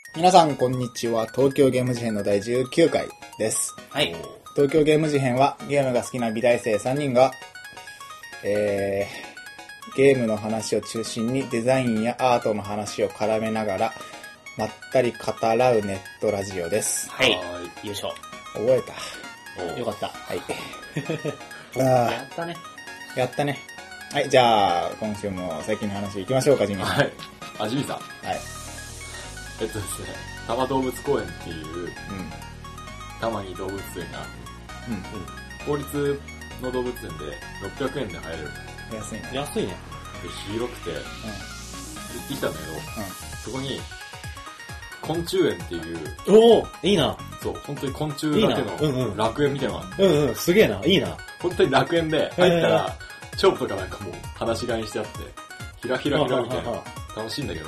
皆さんこんにちは。東京ゲーム事変の第19回です。 はい。 東京ゲーム事変はゲームが好きな美大生3人が、ゲームの話を中心にデザインやアートの話を絡めながらまったり語らうネットラジオです。 はい。よいしょ。 覚えた。 よかった。 はい。 やったね。 やったね。はい、じゃあ今週も最近の話行きましょうか、ジミーさん。 はい。あ、ジミーさん。 はい。 ですね、多摩動物公園っていう、多摩に動物園がある。公立の動物園で600円で入れる。 安いね。 安いね。 で、広くて、行ってきたんだけど、そこに、昆虫園っていう、 おー、いいな。 そう、本当に昆虫だけの楽園みたいなのがある。 すげえな、いいな。 本当に楽園で入ったら、チョープとかなんかもう放し飼いにしてあって、ひらひらひらみたいな、楽しいんだけど、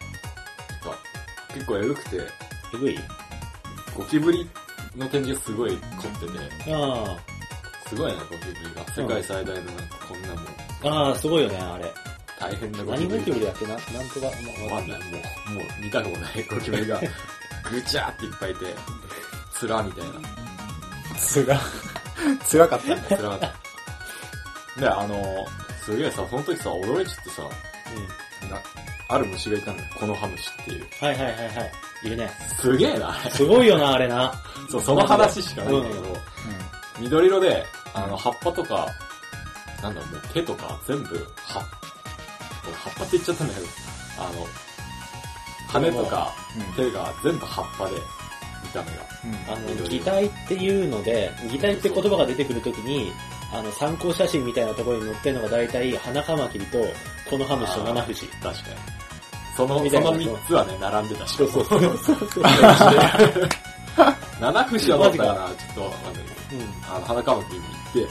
結構エグくて、 エグい？ ゴキブリの展示がすごい凝ってて、すごいね、ゴキブリが。世界最大のなんかこんなもん。 すごいよね、あれ。 大変なゴキブリ。 何ゴキブリだっけなんとか、 わかんない。もう見たことないゴキブリがぐちゃーっていっぱいいて、つらみたいな。 つらかったね。 つらかった。で、すげえさ、その時さ、驚いちゃってさ、ある虫がいたんだよ。このハムシっていう。 はい。いるね。 すげえな、あれ。 すごいよな、あれな。 そう、その話しかないんだけど、緑色で、葉っぱとか、なんだろう、もう手とか、全部、葉っぱって言っちゃったんだけど、羽とか手が全部葉っぱで、見た目が。 擬態っていうので、擬態って言葉が出てくるときに、参考写真みたいなところに載ってるのが大体、花カマキリと、このハムシと七節。 確かに。その3つはね、並んでたし。 そう。 七節はどうだったかな、ちょっとわかんないけど。花カマキリに行って、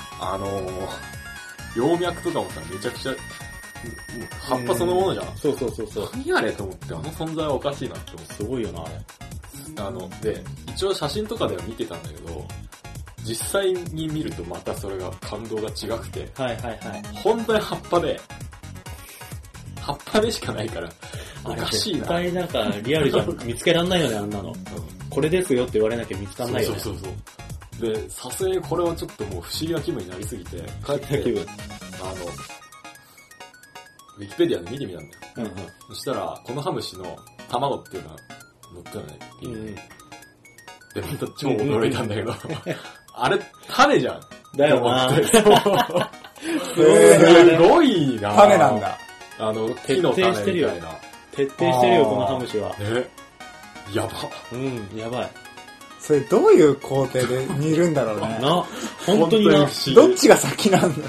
葉脈とかもさ、めちゃくちゃ、葉っぱそのものじゃん。 そう。 何あれと思って、存在はおかしいなって思って。 すごいよな、あれ。 で、一応写真とかでは見てたんだけど、実際に見るとまたそれが感動が違くて、 はい。 本当に葉っぱでしかないから、おかしいな。 絶対なんかリアルじゃ見つけらんないよね、あんなの。これですよって言われなきゃ見つかんないよね。 そう。で、さすがにこれはちょっともう不思議な気分になりすぎて、帰って、ウィキペディアで見てみたんだよ。そしたら、このハムシの卵っていうのは載ってないっていう。で、ほんと超驚いたんだけど、あれ、種じゃん。 だよな。 すごいな。 種なんだ。 木の種みたいな。 徹底してるよ、このハムシは。 やば。 やばい。 それどういう工程で煮るんだろうね。 本当にな。 どっちが先なんだ。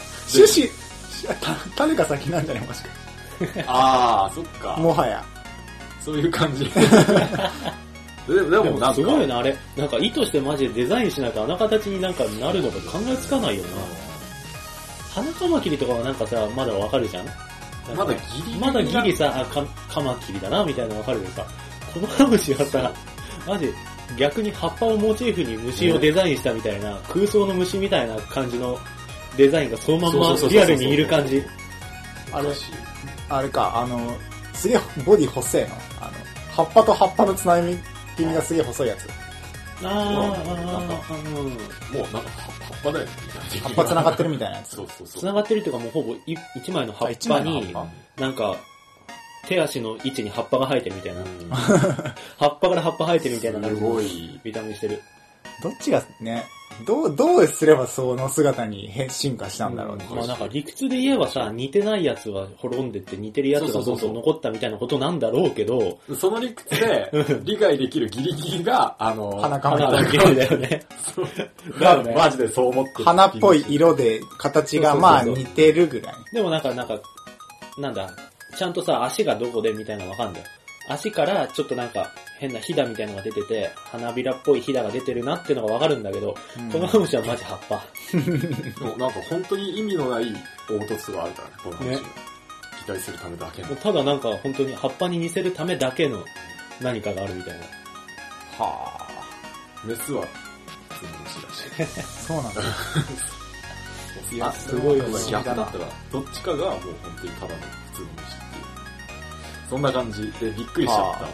種が先なんじゃないもしかして。 そっか。 もはや。 そういう感じ。でもなんか。 すごいよな、あれ。なんか意図してマジでデザインしなきゃあの形になんかなるのか考えつかないよな。花カマキリとかはなんかさ、まだわかるじゃん。 まだギリさ、カマキリだな、みたいなのわかるけどさ、このハムシはさ、マジ、逆に葉っぱをモチーフに虫をデザインしたみたいな、空想の虫みたいな感じのデザインがそのまんまリアルにいる感じ。 あれか、すげえボディ細いの。葉っぱと葉っぱのつなぎがすげえ細いやつ。 もうなんか葉っぱだよね。 葉っぱ繋がってるみたいなやつ。 そう。 繋がってるっていうかもうほぼ一枚の葉っぱに、なんか、手足の位置に葉っぱが生えてるみたいな。葉っぱから葉っぱ生えてるみたいな。 すごい。 見た目してる。 どっちがね、どうすればその姿に進化したんだろうね。 なんか理屈で言えばさ、似てないやつは滅んでって似てるやつがどんどん残ったみたいなことなんだろうけど、 その理屈で理解できるギリギリが、 花カマキリだよね。 マジでそう思ってる。 花っぽい色で形がまあ似てるぐらい。 でもなんだ、ちゃんとさ、足がどこでみたいなのわかんだよ。足からちょっとなんか変なひだみたいなのが出てて、花びらっぽいひだが出てるなっていうのがわかるんだけど、このハムシはマジ葉っぱ。 なんか本当に意味のない凹凸があるからね、このハムシ。期待するためだけの。 ただなんか本当に葉っぱに似せるためだけの何かがあるみたいな。 はぁ。メスは普通の虫だし。 そうなんだ。 いや、すごいよね。 逆だったら、どっちかがもう本当にただの普通の虫っていう。そんな感じでびっくりしちゃった。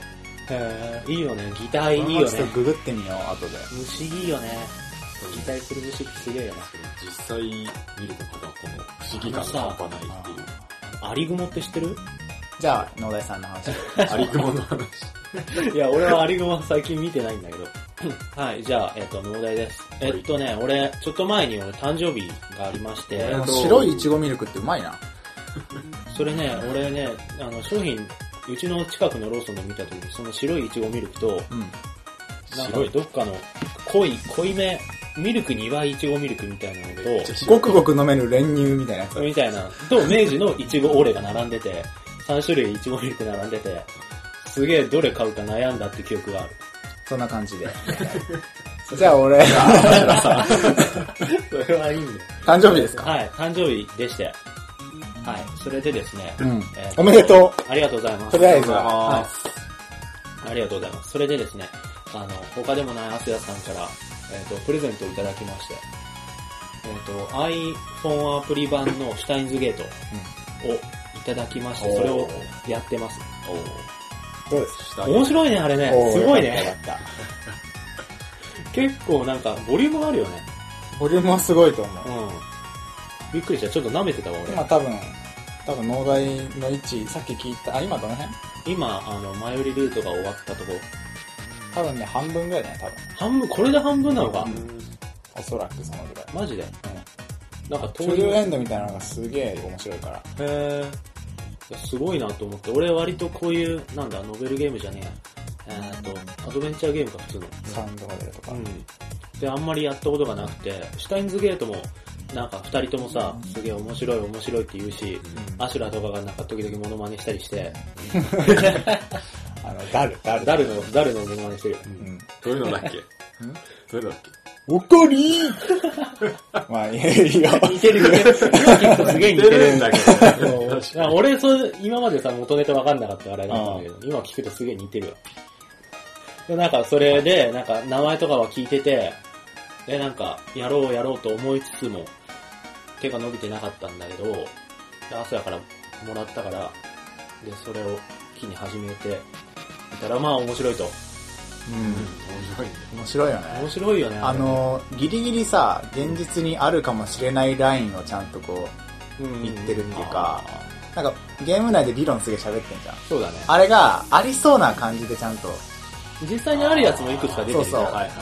いいよね。擬態いいよね。 ちょっとググってみよう、後で。 虫いいよね。擬態する虫ってすげえよね。 実際見るとまたこの不思議感が半端ないっていう。 アリグモって知ってる？ じゃあ、野田さんの話。 アリグモの話。 いや、俺はアリグモ最近見てないんだけど。はい、じゃあ、農大です。俺、ちょっと前に誕生日がありまして、 白いいちごミルクってうまいな。 それね、俺ね、商品、うちの近くのローソンで見たときに、その白いいちごミルクと、なんかどっかの濃いめ、ミルク2倍いちごミルクみたいなのと、 ごくごく飲める練乳みたいなやつ。 みたいな、と、明治のいちごオレが並んでて、3種類いちごミルク並んでて、すげえどれ買うか悩んだって記憶がある。 そんな感じで。じゃあ俺、 それはいいんだよ。 誕生日ですか？ はい、誕生日でして。はい、それでですね。 おめでとう。 ありがとうございます。 とりあえずは。ありがとうございます。それでですね、他でもないアスヤさんから、プレゼントをいただきまして、iPhone アプリ版のシュタインズゲートをいただきまして、それをやってます。 どうですか？ 面白いね、あれね。すごいね。結構なんか、ボリュームあるよね。 ボリュームはすごいと思う。 びっくりした。ちょっと舐めてたわ、俺。 今多分農大の位置、さっき聞いた、今どの辺？ 今、前売りルートが終わったところ。 多分ね、半分ぐらいだね、多分。 半分、これで半分なのか。 おそらくそのぐらい。 マジで？なんかトゥルーエンドみたいなのがすげえ面白いから。 すごいなと思って、俺割とこういう、なんだ、ノベルゲームじゃねえアドベンチャーゲームか、普通の。 サウンドモデルとか。 で、あんまりやったことがなくて、シュタインズゲートも、なんか二人ともさ、すげえ面白いって言うし、アシュラとかがなんか時々モノマネしたりして、 ダルのモノマネしてるよ。 どういうのだっけ？どういうのだっけ？ おかりーまあ、いいよ。 似てるよね。今聞くとすげえ似てるんだけど。俺、今までさ、元ネタ分かんなかったからあれなんだけど、今聞くとすげえ似てるよ。で、なんかそれで、なんか名前とかは聞いてて、で、なんか、やろうと思いつつも、手が伸びてなかったんだけど、で、朝やからもらったから、で、それを機に始めていたら、まあ面白いと。 面白いよね。 面白いよね。 ギリギリさ、現実にあるかもしれないラインをちゃんとこう、言ってるっていうか、なんか、ゲーム内で理論すげえ喋ってんじゃん。 そうだね。 あれが、ありそうな感じでちゃんと。 実際にあるやつもいくつか出てるじゃん。 そう。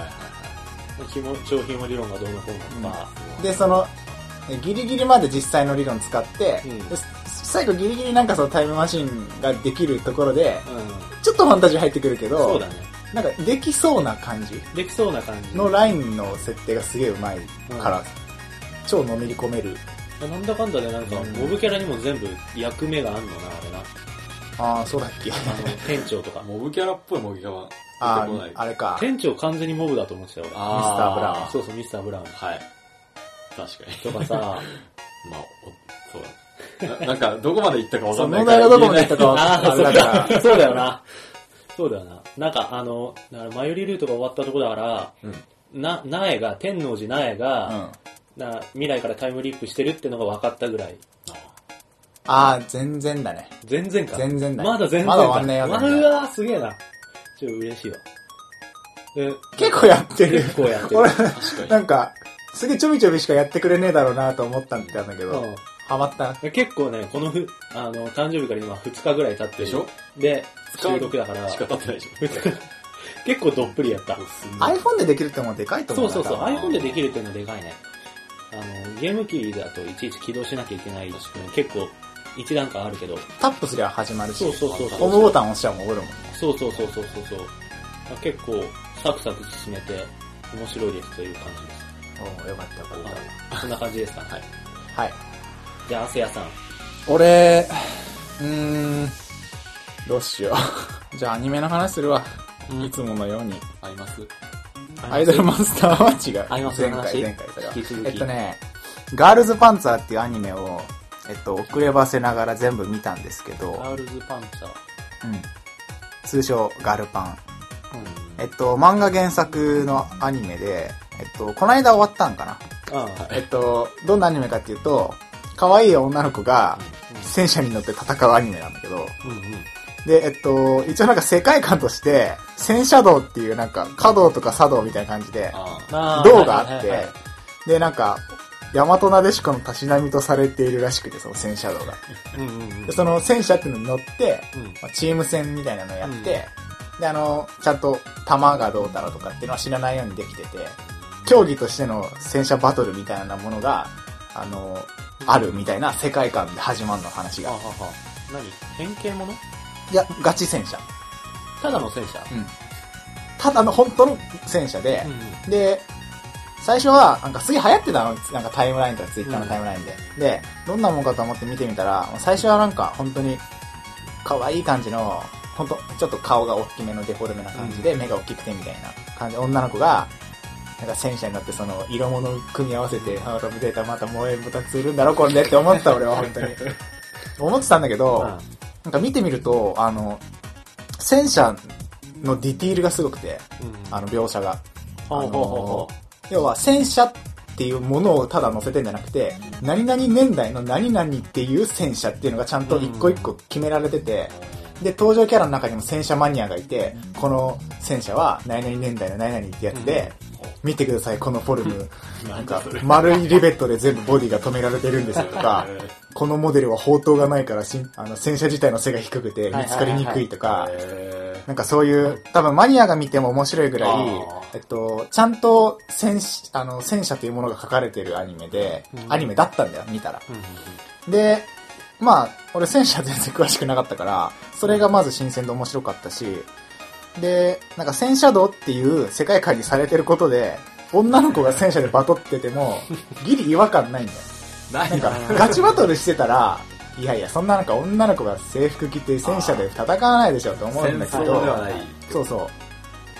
商品も理論がどうのこうのとか。 で、ギリギリまで実際の理論使って、最後ギリギリなんかそのタイムマシンができるところで、ちょっとファンタジー入ってくるけど、 そうだね。 なんかできそうな感じのラインの設定がすげえうまいから、超のめり込める。 なんだかんだでなんか、モブキャラにも全部役目があんのな、あれな。 ああ、そうだっけ。 店長とか。 モブキャラっぽいモブキャラ。 あれか。 店長完全にモブだと思ってたよ、俺。 ミスター・ブラウン。 そう、ミスター・ブラウン。 はい。確かに。 とかさ、 まあ、そうだ。なんか、どこまで行ったかわかんないから。問題がどこまで行ったかわかんないから。 そうだよな。なんか前売りルートが終わったとこだから、天王寺苗が、未来からタイムリープしてるってのが分かったぐらい。 全然だね。 全然か。 全然だ。 まだ全然か。 まだ終わんねえよ。 うわすげえな。ちょっと嬉しいわ。 結構やってる。俺、なんか、すげえちょびちょびしかやってくれねえだろうなと思ったんだけど、ハマった。 結構ね、この誕生日から今2日ぐらい経ってるでしょ。で、収録だから。 しか経ってないでしょ。 結構どっぷりやった。 iPhone でできるってもでかいと思う。 そう。iPhone でできるっていうのはでかいね。ゲーム機だといちいち起動しなきゃいけないし、結構一段階あるけど。 タップすりゃ始まるし。 そう。 ホームボタン押しちゃ戻るもんね。 そう。結構サクサク進めて面白いですという感じです。 よかった。 そんな感じですかね。 はい。 じゃあ、アセヤさん。 俺、どうしよう。じゃあアニメの話するわ。いつものように。アイドルマスターは違う。前回それは。ガールズパンツァーっていうアニメを、遅ればせながら全部見たんですけど。 ガールズパンツァー。 通称ガルパン。漫画原作のアニメで、この間終わったんかな。どんなアニメかっていうと、可愛い女の子が戦車に乗って戦うアニメなんだけど、 で、一応なんか世界観として、戦車道っていうなんか、華道とか茶道みたいな感じで、道があって、で、なんか、大和なでしこのたしなみとされているらしくて、その戦車道が。でその戦車っていうのに乗って、チーム戦みたいなのをやって、で、ちゃんと弾がどうだろうとかっていうのは知らないようにできてて、競技としての戦車バトルみたいなものが、あるみたいな世界観で始まるの話が。 何変形もの？ いや、ガチ戦車。 ただの戦車？ ただの本当の戦車で、で、最初は、なんかすげえ流行ってたの、なんかタイムラインとかツイッターのタイムラインで。で、どんなもんかと思って見てみたら、最初はなんか本当に、可愛い感じの、本当ちょっと顔が大きめのデフォルメな感じで、目が大きくてみたいな感じで、女の子が、なんか戦車になってその色物を組み合わせて、ラブデータまた燃えぶたつるんだろこれでって思った俺は本当に。思ってたんだけど、なんか見てみると、戦車のディティールがすごくて、描写が。要は戦車っていうものをただ載せてんじゃなくて、何々年代の何々っていう戦車っていうのがちゃんと一個一個決められてて、で、登場キャラの中にも戦車マニアがいて、この戦車は何々年代の何々ってやつで、見てください、このフォルム。なんか、丸いリベットで全部ボディが止められてるんですよとか、このモデルは砲塔がないから戦車自体の背が低くて見つかりにくいとか、なんかそういう、多分マニアが見ても面白いぐらい、ちゃんと戦車というものが書かれてるアニメだったんだよ、見たら。で、まあ、俺戦車全然詳しくなかったから、それがまず新鮮で面白かったし、で、なんか戦車道っていう世界観にされてることで、女の子が戦車でバトってても、ギリ違和感ないんだよ。なんか、ガチバトルしてたら、いやいや、そんななんか女の子が制服着て戦車で戦わないでしょと思うんだけど、そうそう。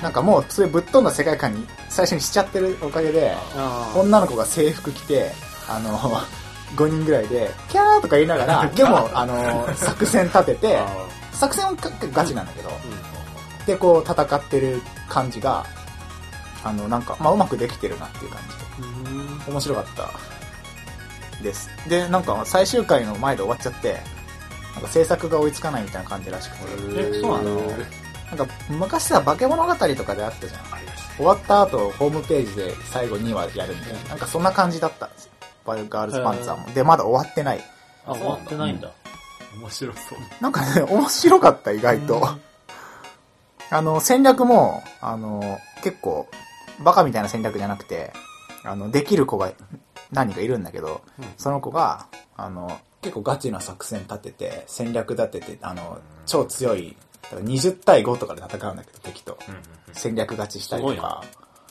なんかもう、そういうぶっ飛んだ世界観に最初にしちゃってるおかげで、女の子が制服着て、5人ぐらいで、キャーとか言いながら、でも、作戦立てて、作戦はガチなんだけど、で、こう、戦ってる感じが、なんか、まあ、うまくできてるなっていう感じで、面白かったです。で、なんか、最終回の前で終わっちゃって、なんか制作が追いつかないみたいな感じらしくて。 そうなの？ なんか、昔さ、化け物語とかであったじゃん。終わった後、ホームページで最後2話やるみたいな。なんか、そんな感じだったんですよ。ガールズパンツァーも。で、まだ終わってない。 終わってないんだ。 面白そう。 なんかね、面白かった、意外と。戦略も、結構、バカみたいな戦略じゃなくて、できる子が何人かいるんだけど、その子が、結構ガチな作戦立てて、戦略立てて、超強い、20対5とかで戦うんだけど、敵と。戦略勝ちしたりとか。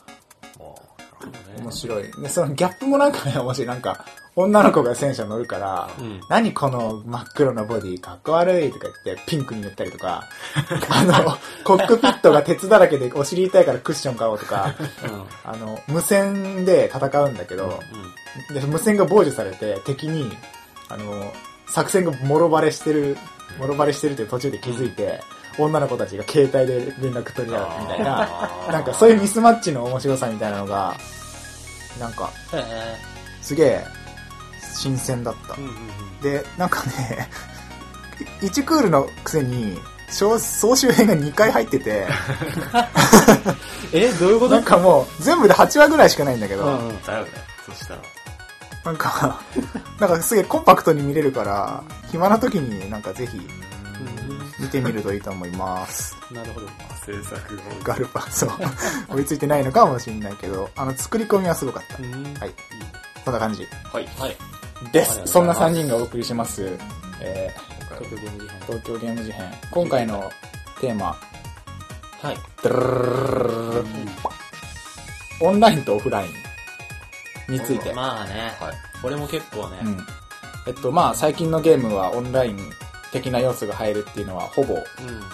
面白い。で、そのギャップもなんかね、面白い。なんか、女の子が戦車乗るから、何この真っ黒なボディかっこ悪いとか言ってピンクに塗ったりとか、コックピットが鉄だらけでお尻痛いからクッション買おうとか、無線で戦うんだけど、で無線が傍受されて敵に、作戦がもろバレしてるって途中で気づいて、女の子たちが携帯で連絡取り合うみたいな、なんかそういうミスマッチの面白さみたいなのが、なんか、すげえ新鮮だった。で、なんかね、1クールのくせに、総集編が2回入ってて、 どういうこと？ なんかもう全部で8話ぐらいしかないんだけど、 だよね、そしたら。 なんかすげえコンパクトに見れるから、暇な時になんかぜひ、見てみるといいと思います。 なるほど。 制作がガルパン、そう。追いついてないのかもしれないけど、作り込みはすごかった。はい。そんな感じ。 はい。はい。 です。そんな3人がお送りします。 東京ゲーム事変。 今回のテーマ。 はい。 オンラインとオフラインについて。 まあね。はい。これも結構ね。 まあ最近のゲームはオンライン的な要素が入るっていうのはほぼ、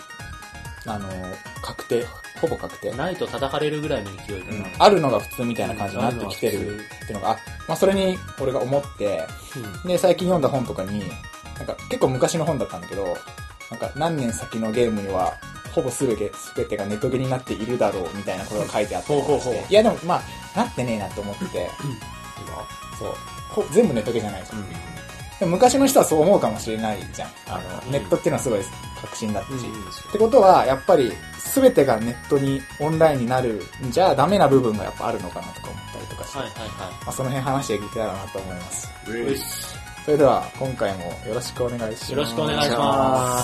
ほぼ確定。 ないと叩かれるぐらいの勢いで、 あるのが普通みたいな感じになってきてるっていうのがまあそれに俺が思って、で最近読んだ本とかになんか結構昔の本だったんだけど、なんか何年先のゲームにはほぼ全てがネトゲになっているだろうみたいなことが書いてあったりして、いやでもまあなってねえなと思ってて、そう全部ネトゲじゃないですよ。 でも昔の人はそう思うかもしれないじゃん。ネットっていうのはすごい革新だったし。ってことは、やっぱり、全てがネットに、オンラインになるんじゃダメな部分がやっぱあるのかなとか思ったりとかして。 はいはいはい。 まあ、その辺話していけたらなと思います。 よし。 それでは、今回もよろしくお願いします。 よろしくお願いします。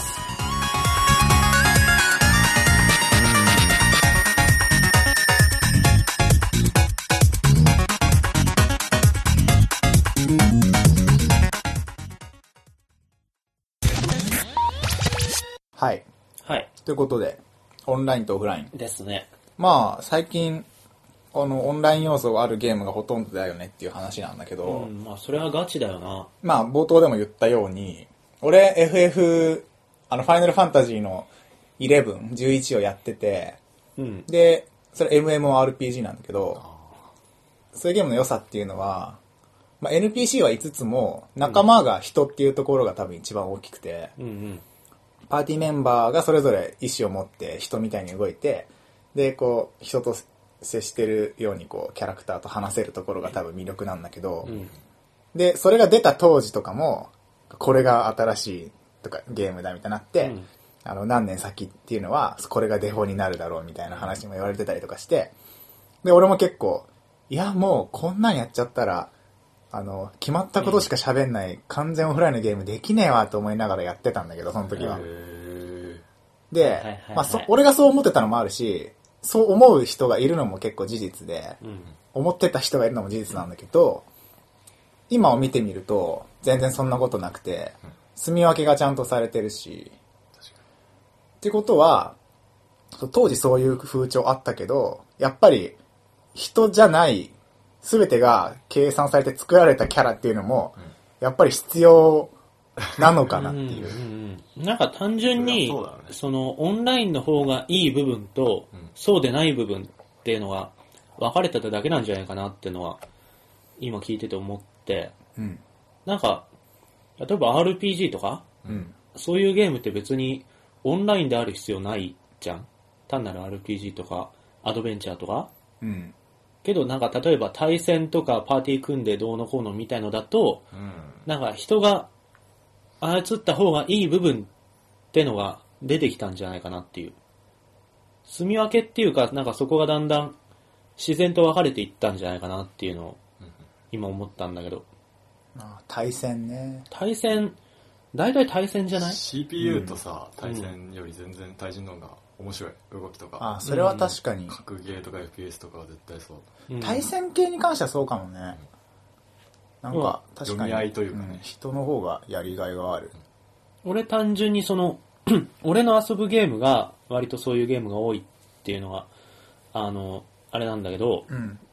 はい。 はい。 ということで、オンラインとオフライン。 ですね。 まあ、最近、オンライン要素があるゲームがほとんどだよねっていう話なんだけど、 まあ、それはガチだよな。 まあ、冒頭でも言ったように、俺、FF、ファイナルファンタジーの11、11をやってて、で、それ MMORPG なんだけど、そういうゲームの良さっていうのは、まあ、NPC は5つも、仲間が人っていうところが多分一番大きくて、パーティーメンバーがそれぞれ意思を持って人みたいに動いて、で、こう、人と接してるようにこう、キャラクターと話せるところが多分魅力なんだけど、で、それが出た当時とかも、これが新しいとかゲームだみたいになって、何年先っていうのは、これがデフォになるだろうみたいな話も言われてたりとかして、で、俺も結構、いや、もうこんなんやっちゃったら、決まったことしか喋んない完全オフラインのゲームできねえわと思いながらやってたんだけど、その時は。で、まあ、俺がそう思ってたのもあるし、そう思う人がいるのも結構事実で、思ってた人がいるのも事実なんだけど、今を見てみると、全然そんなことなくて、住み分けがちゃんとされてるし、ってことは、当時そういう風潮あったけど、やっぱり人じゃない、すべてが計算されて作られたキャラっていうのも、やっぱり必要なのかなっていう。 なんか単純に、そのオンラインの方がいい部分と、そうでない部分っていうのが分かれてただけなんじゃないかなっていうのは、今聞いてて思って、なんか、例えば RPG とか、そういうゲームって別にオンラインである必要ないじゃん。単なる RPG とか、アドベンチャーとか。けどなんか例えば対戦とかパーティー組んでどうのこうのみたいのだと、なんか人が操った方がいい部分ってのが出てきたんじゃないかなっていう。住み分けっていうか、なんかそこがだんだん自然と分かれていったんじゃないかなっていうのを今思ったんだけど。 対戦ね。 対戦、大体対戦じゃない？ CPU とさ、対戦より全然対人の方が面白い動きとか。 それは確かに。 格ゲーとか FPS とかは絶対そう。 対戦系に関してはそうかもね。なんか、確かに。 読み合いというかね。 人の方がやりがいがある。 俺単純にその、俺の遊ぶゲームが、割とそういうゲームが多いっていうのが、あれなんだけど、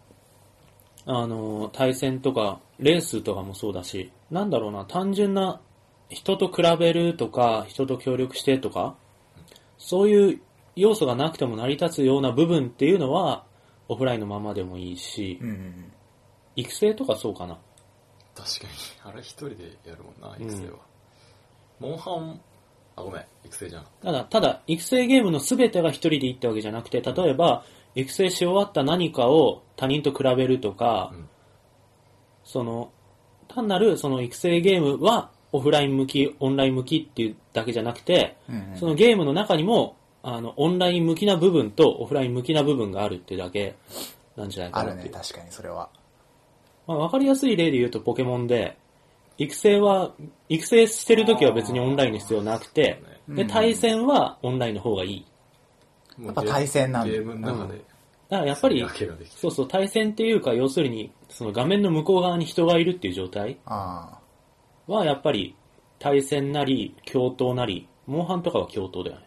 対戦とか、レースとかもそうだし、なんだろうな、単純な人と比べるとか、人と協力してとか、そういう要素がなくても成り立つような部分っていうのは、オフラインのままでもいいし、育成とかそうかな。 確かに。あれ一人でやるもんな、育成は。モンハン、ごめん、育成じゃん。 ただ、育成ゲームの全てが一人でいいってわけじゃなくて、例えば、育成し終わった何かを他人と比べるとか、その、単なるその育成ゲームはオフライン向き、オンライン向きっていうだけじゃなくて、そのゲームの中にも、オンライン向きな部分とオフライン向きな部分があるっていうだけなんじゃないかなっていう。 あるね、確かにそれは。 まあ、わかりやすい例で言うとポケモンで、育成してるときは別にオンラインの必要なくて、で、対戦はオンラインの方がいい。 やっぱ対戦なんだ。 ゲームの中で。 だからやっぱり、そうそう、対戦っていうか、要するに、その画面の向こう側に人がいるっていう状態は、やっぱり、対戦なり、共闘なり、モンハンとかは共闘だよ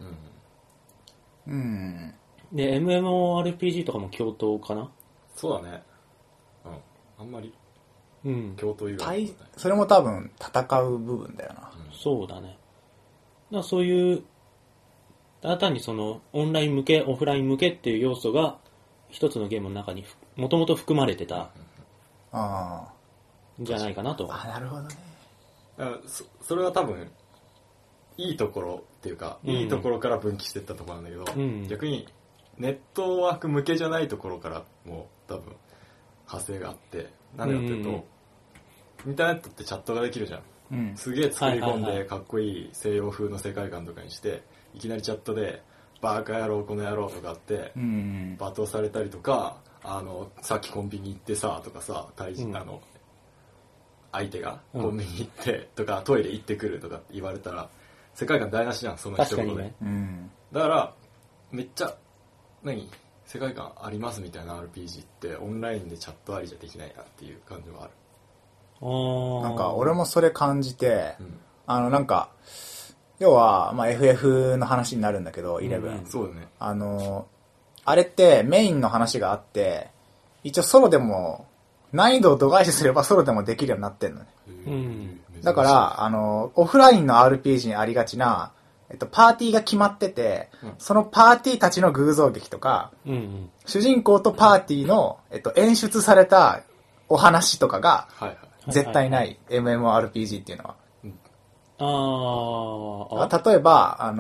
ね。で、MMORPG とかも共闘かな？ そうだね。あんまり、共闘以外。 それも多分、戦う部分だよな。 そうだね。だからそういう、単にその、オンライン向け、オフライン向けっていう要素が、一つのゲームの中にもともと含まれてたんじゃないかなと。 なるほどね。 それは多分いいところっていうか、いいところから分岐していったところなんだけど、逆にネットワーク向けじゃないところからも多分派生があって、なんでかっていうと、インターネットってチャットができるじゃん。 すげえ作り込んはいはいはいでかっこいい西洋風の世界観とかにして、いきなりチャットでバカ野郎この野郎とかあって罵倒されたりとか、さっきコンビニ行ってさとかさ、相手がコンビニ行ってとか、トイレ行ってくるとかって言われたら世界観台無しじゃん、その一言で、 ね、 だからめっちゃ世界観ありますみたいな RPG ってオンラインでチャットありじゃできないなっていう感じはある。 なんか俺もそれ感じて、なんか要は、まあ、FF の話になるんだけど、11、 そうだね。 あれってメインの話があって、一応ソロでも難易度を度外視すればソロでもできるようになってんのね。だから、オフラインの RPG にありがちな、パーティーが決まってて、そのパーティーたちの偶像劇とか、主人公とパーティーの、演出されたお話とかが、絶対ない、MMORPG っていうのは。例えば、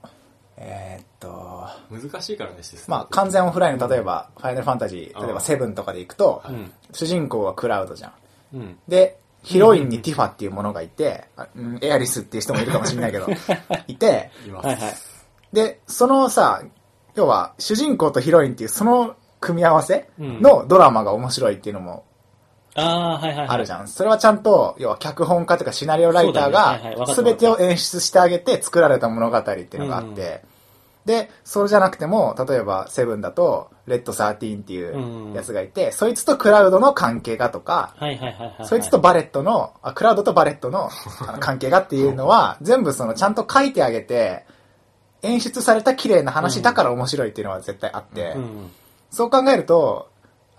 難しいからね、 まあ、完全オフラインの、例えば、ファイナルファンタジー、例えば7とかで行くと、主人公はクラウドじゃん。で、ヒロインにティファっていうものがいて、エアリスっていう人もいるかもしれないけど、いて、で、そのさ、要は、主人公とヒロインっていうその組み合わせのドラマが面白いっていうのも、あるじゃん。それはちゃんと、要は脚本家とかシナリオライターが、すべてを演出してあげて作られた物語っていうのがあって、で、それじゃなくても、例えばセブンだと、レッド13っていうやつがいて、そいつとクラウドの関係がとか、そいつとバレットの、クラウドとバレットの関係がっていうのは、全部そのちゃんと書いてあげて、演出された綺麗な話だから面白いっていうのは絶対あって、そう考えると、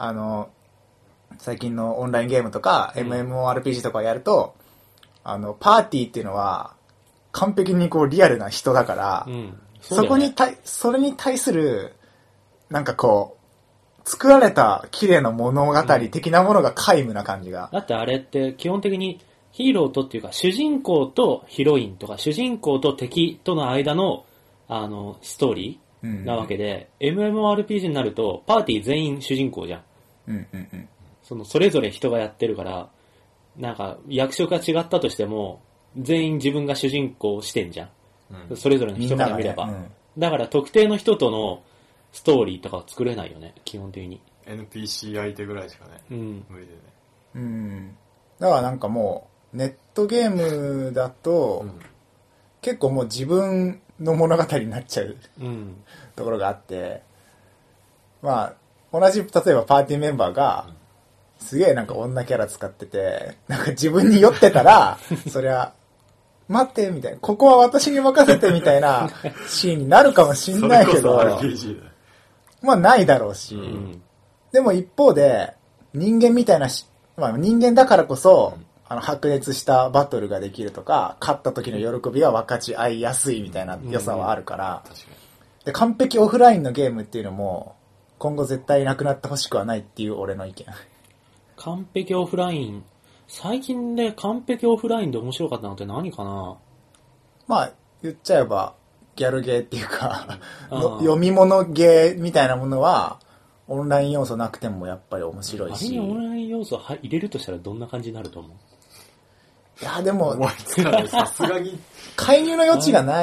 最近のオンラインゲームとか、MMORPG とかやると、パーティーっていうのは、完璧にこうリアルな人だから、それに対する、なんかこう、作られた綺麗な物語的なものが皆無な感じが。 だってあれって基本的にヒーローとっていうか、主人公とヒロインとか、主人公と敵との間の、ストーリーなわけで、MMORPG になると、パーティー全員主人公じゃん。それぞれ人がやってるから、なんか役職が違ったとしても、全員自分が主人公視点じゃん。それぞれの人から見れば。だから特定の人とのストーリーとかは作れないよね、基本的に。 NPC 相手ぐらいしかね、無理でね。 だからなんかもう、ネットゲームだと、結構もう自分の物語になっちゃう、ところがあって、まあ、同じ、例えばパーティーメンバーが、すげえなんか女キャラ使ってて、なんか自分に酔ってたら、そりゃ、待って、みたいな。ここは私に任せて、みたいなシーンになるかもしんないけど、まあないだろうし、でも一方で、人間みたいなまあ人間だからこそ、白熱したバトルができるとか、勝った時の喜びは分かち合いやすいみたいな良さはあるから、で完璧オフラインのゲームっていうのも、今後絶対なくなってほしくはないっていう俺の意見。 完璧オフライン、最近で完璧オフラインで面白かったのって何かな？ まあ、言っちゃえば、ギャルゲーっていうか読み物ゲーみたいなものは、オンライン要素なくてもやっぱり面白いし。 あれにオンライン要素入れるとしたらどんな感じになると思う？ いや、でも、 さすがに。 介入の余地がない。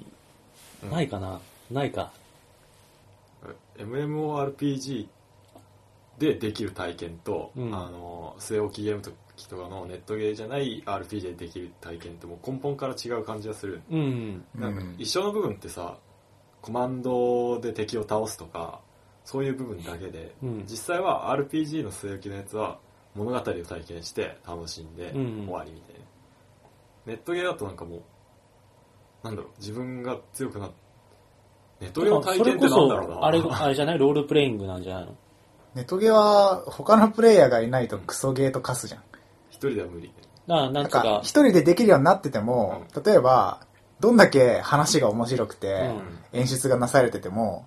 ないかな？ないか。 MMORPG でできる体験と、据え置きゲームとかのネットゲーじゃない RPG でできる体験ってもう根本から違う感じがする。なんか一緒の部分ってさ、コマンドで敵を倒すとか、そういう部分だけで、実際は RPG の据え置きのやつは物語を体験して楽しんで終わりみたいな。ネットゲーだとなんかもう、なんだろう、自分が強くなって、ネットゲーの体験ってなんだろうな。 あれじゃない？ロールプレイングなんじゃないの？ ネトゲは他のプレイヤーがいないとクソゲーと化すじゃん。 一人では無理。 なんか一人でできるようになってても、例えばどんだけ話が面白くて、演出がなされてても、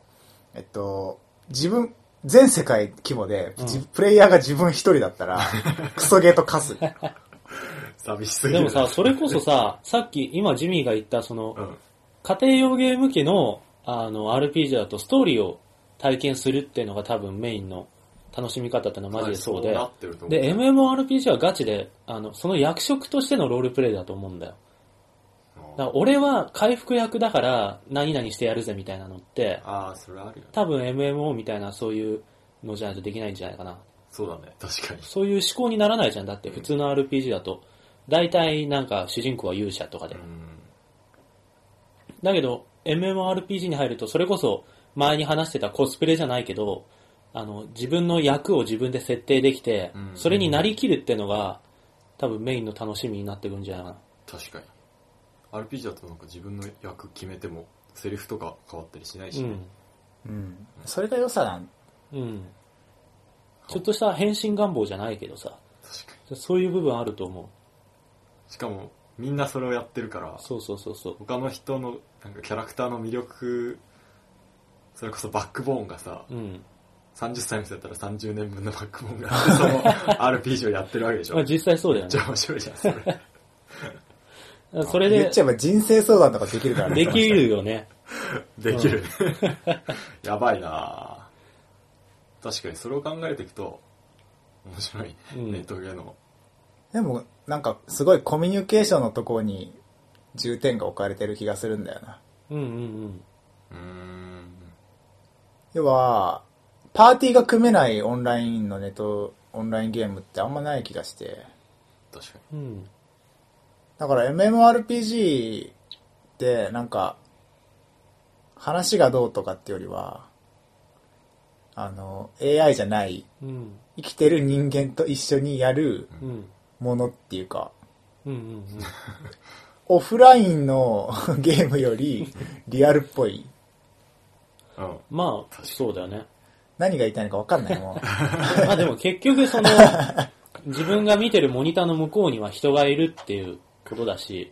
全世界規模で、プレイヤーが自分一人だったらクソゲーと化す。 寂しすぎる。 でもさ、それこそさ、さっき今ジミーが言ったその、家庭用ゲーム機のRPG だとストーリーを体験するっていうのが多分メインの楽しみ方ってのはマジでそうで、 はい、そうなってると思う。 で、MMORPG はガチで、その役職としてのロールプレイだと思うんだよ。だから俺は回復役だから何々してやるぜみたいなのって、 それあるよね。 多分 MMO みたいなそういうのじゃないとできないんじゃないかな。 そうだね、確かに。 そういう思考にならないじゃん。だって普通の RPG だと、大体なんか主人公は勇者とかで。だけど、MMORPG に入ると、それこそ前に話してたコスプレじゃないけど、自分の役を自分で設定できて、それになりきるってのが、多分メインの楽しみになってくるんじゃないかな。 確かに。RPG だとなんか自分の役決めても、セリフとか変わったりしないしね。 それが良さなん。 ちょっとした変身願望じゃないけどさ。 確かに。 そういう部分あると思う。 しかも、みんなそれをやってるから、 そう。 他の人のなんかキャラクターの魅力、それこそバックボーンがさ、30歳の人だったら30年分のバックボーンがあって、その RPG をやってるわけでしょ。 まあ実際そうだよね。 めっちゃ面白いじゃん、それ。 それで。 言っちゃえば人生相談とかできるからね。できるよね。 できるね。やばいな確かにそれを考えていくと、面白いね、ネットゲーの。 でも、なんかすごいコミュニケーションのところに重点が置かれてる気がするんだよな。要は、パーティーが組めないオンラインゲームってあんまない気がして。 確かに。 だから MMORPG ってなんか、話がどうとかってよりは、AI じゃない、生きてる人間と一緒にやるものっていうか、オフラインのゲームよりリアルっぽい。 まあ、そうだよね。 何が言いたいのか分かんないもん。 まあでも結局自分が見てるモニターの向こうには人がいるっていうことだし、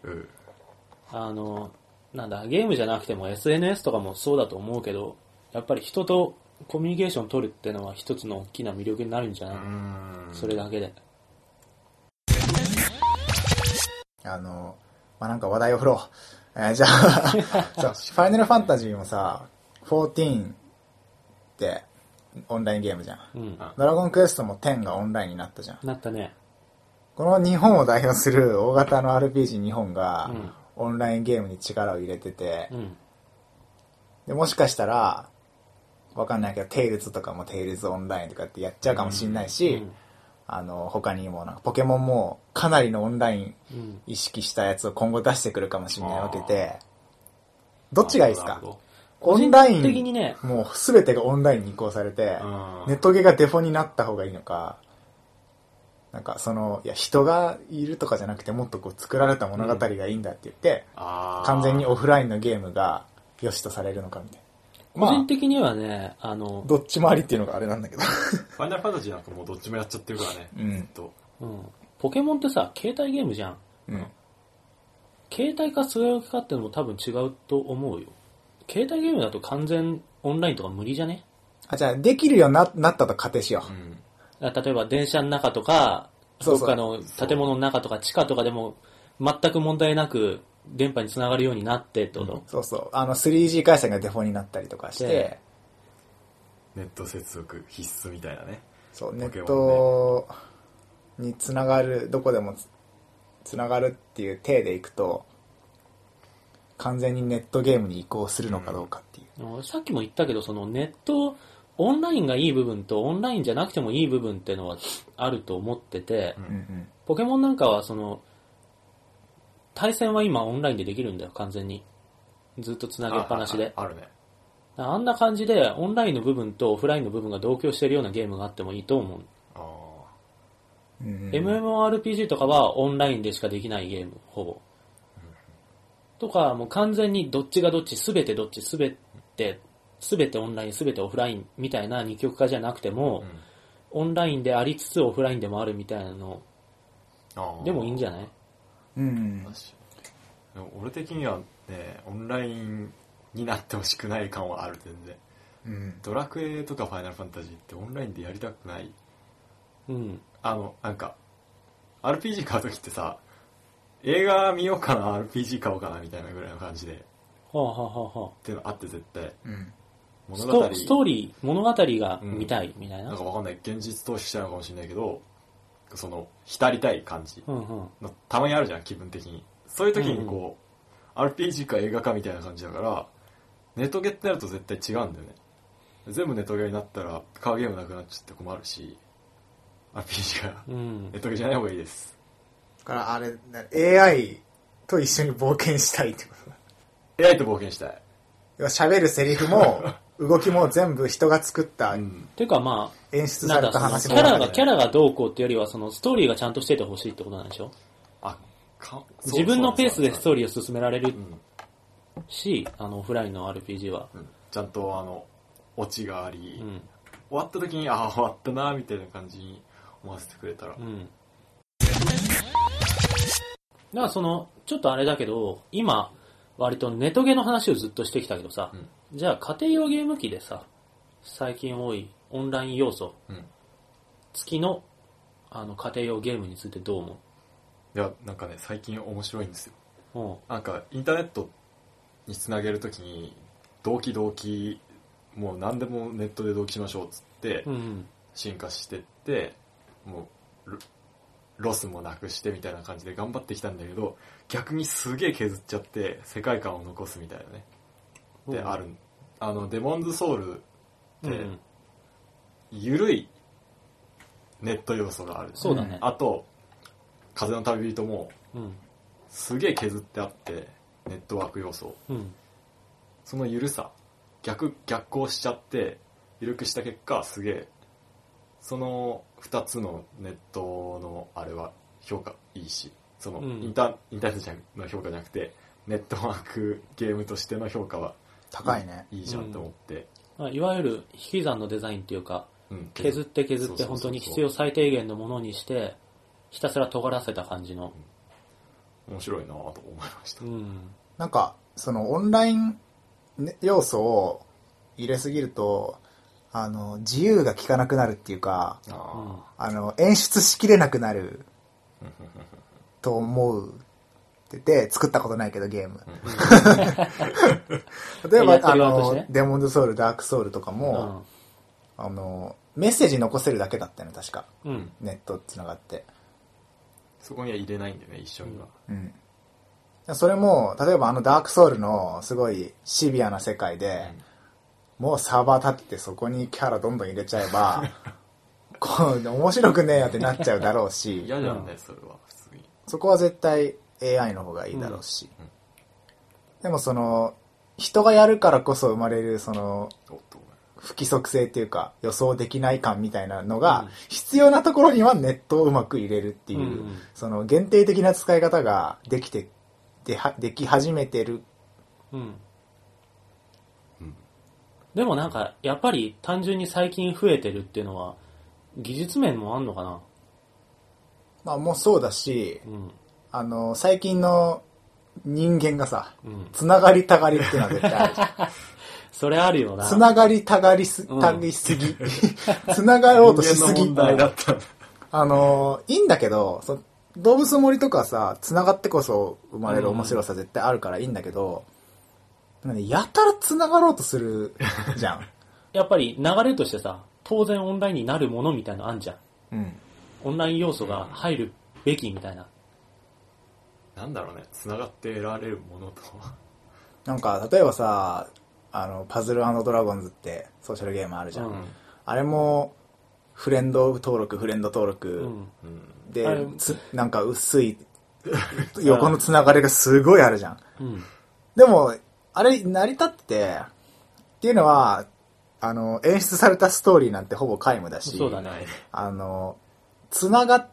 なんだ、ゲームじゃなくても SNS とかもそうだと思うけど、やっぱり人とコミュニケーション取るってのは一つの大きな魅力になるんじゃない？それだけで。 まあ、なんか話題を振ろう。じゃあ、ファイナルファンタジーもさ、14ってオンラインゲームじゃん。ドラゴンクエストも10がオンラインになったじゃん。 なったね。 この日本を代表する大型の RPG 日本が、オンラインゲームに力を入れてて、でもしかしたら、わかんないけど、テイルズとかもテイルズオンラインとかってやっちゃうかもしんないし、他にもなんかポケモンもかなりのオンライン意識したやつを今後出してくるかもしれないわけで、どっちがいいですか？オンライン、 的にね、 もうすべてがオンラインに移行されて、ネットゲーがデフォになった方がいいのか、なんかいや人がいるとかじゃなくてもっとこう作られた物語がいいんだって言って、完全にオフラインのゲームが良しとされるのかみたいな。 個人的にはね、 どっちもありっていうのがあれなんだけど。 ファイナルファンタジーなんかもうどっちもやっちゃってるからね、ずっと。 ポケモンってさ、携帯ゲームじゃん。携帯か据え置きかっていうのも多分違うと思うよ。携帯ゲームだと完全オンラインとか無理じゃね？ じゃあ、できるようになったと仮定しよう。例えば電車の中とか、どっかの建物の中とか地下とかでも全く問題なく電波につながるようになってってこと？ そうそう。3G 回線がデフォになったりとかして、 ネット接続必須みたいなね。 そう、ネットにつながる、どこでもつながるっていう体でいくと、完全にネットゲームに移行するのかどうかっていう。 さっきも言ったけど、ネット、オンラインがいい部分とオンラインじゃなくてもいい部分っていうのはあると思ってて、ポケモンなんかは対戦は今オンラインでできるんだよ、完全に。ずっとつなげっぱなしで。 あるね。 あんな感じで、オンラインの部分とオフラインの部分が同居してるようなゲームがあってもいいと思う。MMORPG とかはオンラインでしかできないゲーム、ほぼ。とか、もう完全にどっちがどっち、すべてどっち、すべてオンライン、すべてオフラインみたいな二極化じゃなくても、オンラインでありつつオフラインでもあるみたいなの、でもいいんじゃない？ 俺的にはね、オンラインになってほしくない感はある、全然。ドラクエとかファイナルファンタジーってオンラインでやりたくない。なんか、RPG 買うときってさ、映画見ようかな、RPG 買おうかなみたいなぐらいの感じで。っていうのあって絶対。 ストーリー、物語が見たいみたいな。 なんかわかんない。現実逃避したのかもしれないけど、その、浸りたい感じの、たまにあるじゃん、気分的に。そういう時にこう、RPG か映画かみたいな感じだから、ネトゲってなると絶対違うんだよね。全部ネトゲになったら、カーゲームなくなっちゃって困るし、RPG がネトゲじゃない方がいいです。 だからあれ、AI と一緒に冒険したいってこと。 AI と冒険したい。 喋るセリフも、動きも全部人が作った。 っていうかまあ、 演出された話キャラがどうこうっていうよりは、そのストーリーがちゃんとしててほしいってことなんでしょ？自分のペースでストーリーを進められるし、オフラインの RPG は。 ちゃんとオチがあり、終わった時に、終わったなみたいな感じに思わせてくれたら。だからちょっとあれだけど、今、割とネトゲの話をずっとしてきたけどさ、じゃあ家庭用ゲーム機でさ、最近多いオンライン要素、付きの家庭用ゲームについてどう思う？ いや、なんかね、最近面白いんですよ。なんかインターネットにつなげるときに、同期、もう何でもネットで同期しましょうっつって、進化してって、もうロスもなくしてみたいな感じで頑張ってきたんだけど、逆にすげえ削っちゃって世界観を残すみたいなね。で、ある。デモンズソウルって、緩いネット要素がある。 そうだね。 あと、風の旅人も、すげえ削ってあって、ネットワーク要素。その緩さ、逆行しちゃって、緩くした結果、すげえ、その2つのネットのあれは評価いいし、そのインターネットの評価じゃなくて、ネットワークゲームとしての評価は高いね。 いいじゃんと思って。 いわゆる引き算のデザインっていうか、削って本当に必要最低限のものにして、ひたすら尖らせた感じの。 面白いなと思いました。 なんか、オンライン要素を入れすぎると、自由が利かなくなるっていうか、演出しきれなくなると思うってて、作ったことないけどゲーム。例えば、デモンズソウル、ダークソウルとかも、メッセージ残せるだけだったよね、確か。ネットつながって。 そこには入れないんだよね、一緒には。 それも、例えばダークソウルのすごいシビアな世界で、もうサーバー立ってそこにキャラどんどん入れちゃえば、面白くねえよってなっちゃうだろうし。 嫌じゃんね、それは普通に。 そこは絶対 AI の方がいいだろうし。でも人がやるからこそ生まれる不規則性っていうか予想できない感みたいなのが、必要なところにはネットをうまく入れるっていう、限定的な使い方ができ始めてる。 でもなんか、やっぱり単純に最近増えてるっていうのは、技術面もあんのかな？ まあもうそうだし、最近の人間がさ、つながりたがりっていうのは絶対あるじゃん。 それあるよな。 つながりたがりすぎ。つながろうとしすぎ。 問題だった。 いいんだけど、動物の森とかさ、つながってこそ生まれる面白さ絶対あるからいいんだけど、やたらつながろうとするじゃん。 やっぱり流れとしてさ、当然オンラインになるものみたいなのあんじゃん。オンライン要素が入るべきみたいな。 なんだろうね、つながって得られるものとは。 なんか、例えばさ、パズル&ドラゴンズってソーシャルゲームあるじゃん。あれも、フレンド登録、で、なんか薄い、横のつながりがすごいあるじゃん。でも、あれ、成り立ってっていうのは、演出されたストーリーなんてほぼ皆無だし、 そうだね。 つながって、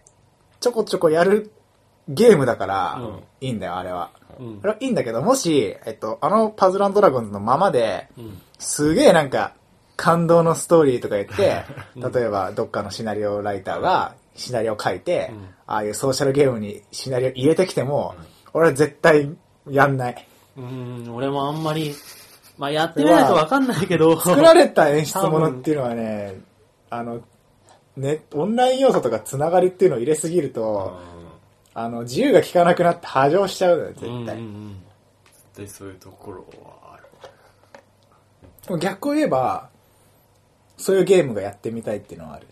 ちょこちょこやるゲームだから、いいんだよ、あれは。あれはいいんだけど、もし、パズル&ドラゴンズのままで、すげえなんか、感動のストーリーとか言って、例えば、どっかのシナリオライターが、シナリオを書いて、ああいうソーシャルゲームにシナリオ入れてきても、俺は絶対やんない。 俺もあんまり、まあ、やってみないとわかんないけど。 作られた演出ものっていうのはね、オンライン要素とかつながりっていうのを入れすぎると、自由が利かなくなって波状しちゃうよ、絶対。 絶対そういうところはある。 逆を言えば、そういうゲームがやってみたいっていうのはある。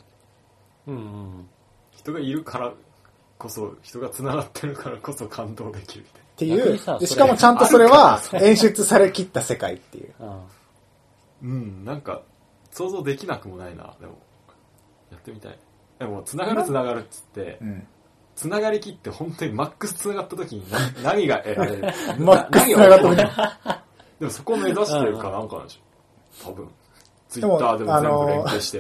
人がいるからこそ、人が繋がってるからこそ感動できるみたいな。 っていう。でしかもちゃんとそれは演出されきった世界っていう。 なんか、想像できなくもないな、でも。やってみたい。でも、繋がるっつって、繋がりきって本当にマックス繋がった時に何が得られるマックス繋がった時でもそこを目指してるかなんかなんでしょ多分。ツイッターでも全部連携して。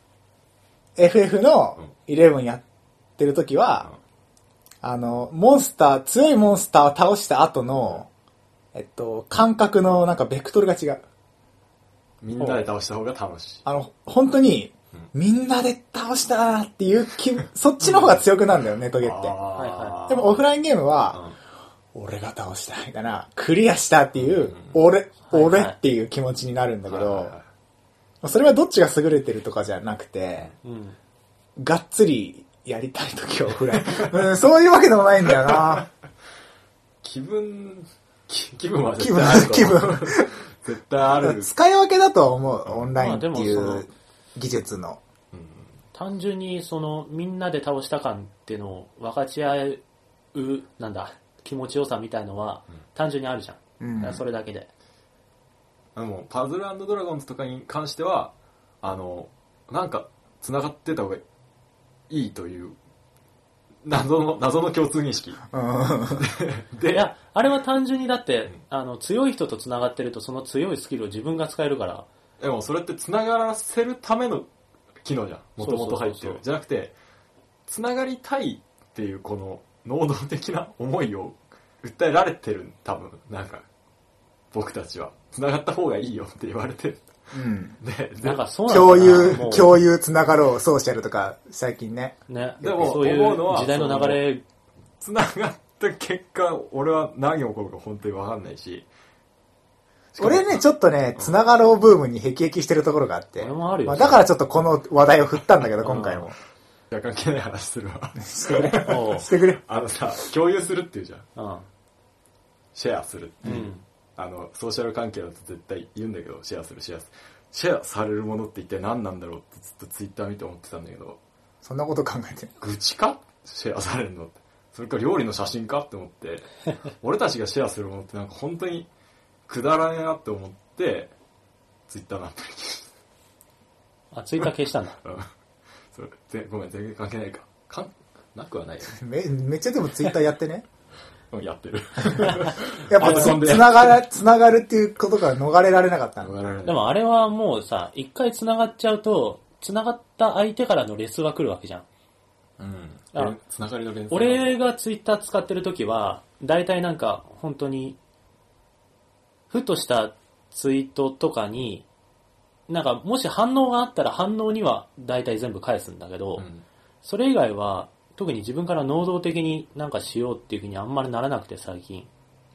FF の11やってる時は、モンスター、強いモンスターを倒した後の、感覚のなんかベクトルが違う。 みんなで倒した方が楽しい。 本当に、みんなで倒したーっていうそっちの方が強くなるんだよね、トゲって。でもオフラインゲームは、俺が倒したみたいな、クリアしたっていう、俺っていう気持ちになるんだけど、それはどっちが優れてるとかじゃなくて、がっつりやりたいときはオフライン。そういうわけでもないんだよな。 気分は絶対ある。気分。絶対ある。 使い分けだと思う、オンラインっていう技術の。 単純にみんなで倒した感っていうのを分かち合う、気持ちよさみたいのは単純にあるじゃん。それだけで。 でもパズル&ドラゴンズとかに関しては、なんか繋がってた方がいいという、謎の共通認識。 いや、あれは単純にだって、強い人と繋がってるとその強いスキルを自分が使えるから。 でもそれって繋がらせるための機能じゃん。もともと入ってる。じゃなくて、繋がりたいっていうこの能動的な思いを訴えられてる、多分。なんか、僕たちは。繋がった方がいいよって言われてる。 で、なんかそうなんだ共有繋がろう、ソーシャルとか、最近ね。 でも、 そういう時代の流れ。 繋がった結果、俺は何が起こるか本当に分かんないし。 俺ね、ちょっとね、繋がろうブームに辟易してるところがあって。だからちょっとこの話題を振ったんだけど、今回も。 いや、関係ない話するわ。 してくれ。してくれ。 共有するっていうじゃん。シェアするっていう。ソーシャル関係だと絶対言うんだけど、シェアされるものって一体何なんだろうってずっとツイッター見て思ってたんだけど。 そんなこと考えてる。 愚痴かシェアされるのって。それか料理の写真かって思って、俺たちがシェアするものってなんか本当にくだらねえなって思って、ツイッターのアプリ消した。 ツイッター消したんだ。 ごめん、全然関係ないか。なくはないよね。めっちゃでもツイッターやってね。 やってる。 やっぱ繋がるっていうことから逃れられなかったの。 でもあれはもうさ、一回繋がっちゃうと、繋がった相手からのレスは来るわけじゃん。 繋がりの連鎖。 俺がツイッター使ってるときは、だいたいなんか本当に、ふとしたツイートとかに、なんかもし反応があったら反応にはだいたい全部返すんだけど、それ以外は、特に自分から能動的になんかしようっていうふうにあんまりならなくて最近。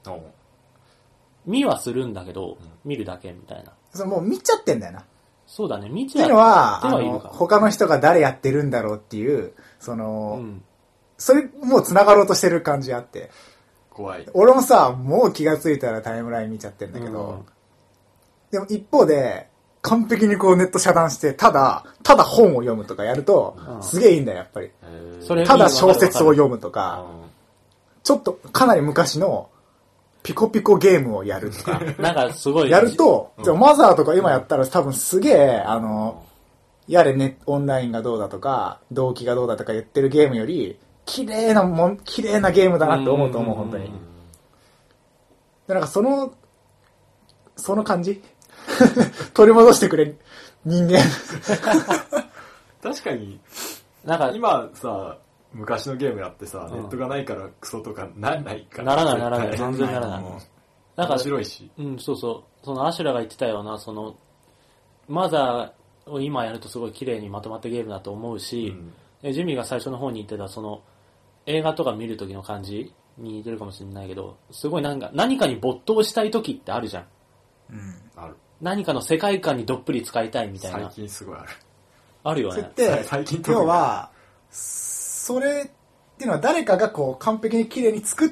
見はするんだけど、見るだけみたいな。 もう見ちゃってんだよな。 そうだね、見ちゃってはいるから。他の人が誰やってるんだろうっていう、それもう繋がろうとしてる感じあって。 怖い。 俺もさ、もう気がついたらタイムライン見ちゃってんだけど、でも一方で、完璧にこうネット遮断して、ただ本を読むとかやると、すげえいいんだよ、やっぱり。ただ小説を読むとか、ちょっとかなり昔のピコピコゲームをやるとか。 なんかすごい。 やると、マザーとか今やったら多分すげえ、やれね、オンラインがどうだとか、動機がどうだとか言ってるゲームより、綺麗なゲームだなって思うと思う、本当に。で、なんかその感じ取り戻してくれ、人間。 確かに、なんか今さ、昔のゲームやってさ、ネットがないからクソとかならないから。 ならない、全然ならない。 なんか面白いし。 そうそう。そのアシュラが言ってたような、マザーを今やるとすごい綺麗にまとまったゲームだと思うし、ジミーが最初の方に言ってた、映画とか見る時の感じに似てるかもしれないけど、すごい何かに没頭したい時ってあるじゃん。 ある。 何かの世界観にどっぷり使いたいみたいな。 最近すごいある。 あるよね。 最近要は、それっていうのは誰かがこう完璧に綺麗に作った、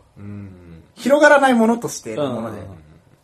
そう。 広がらないものとしてのもので。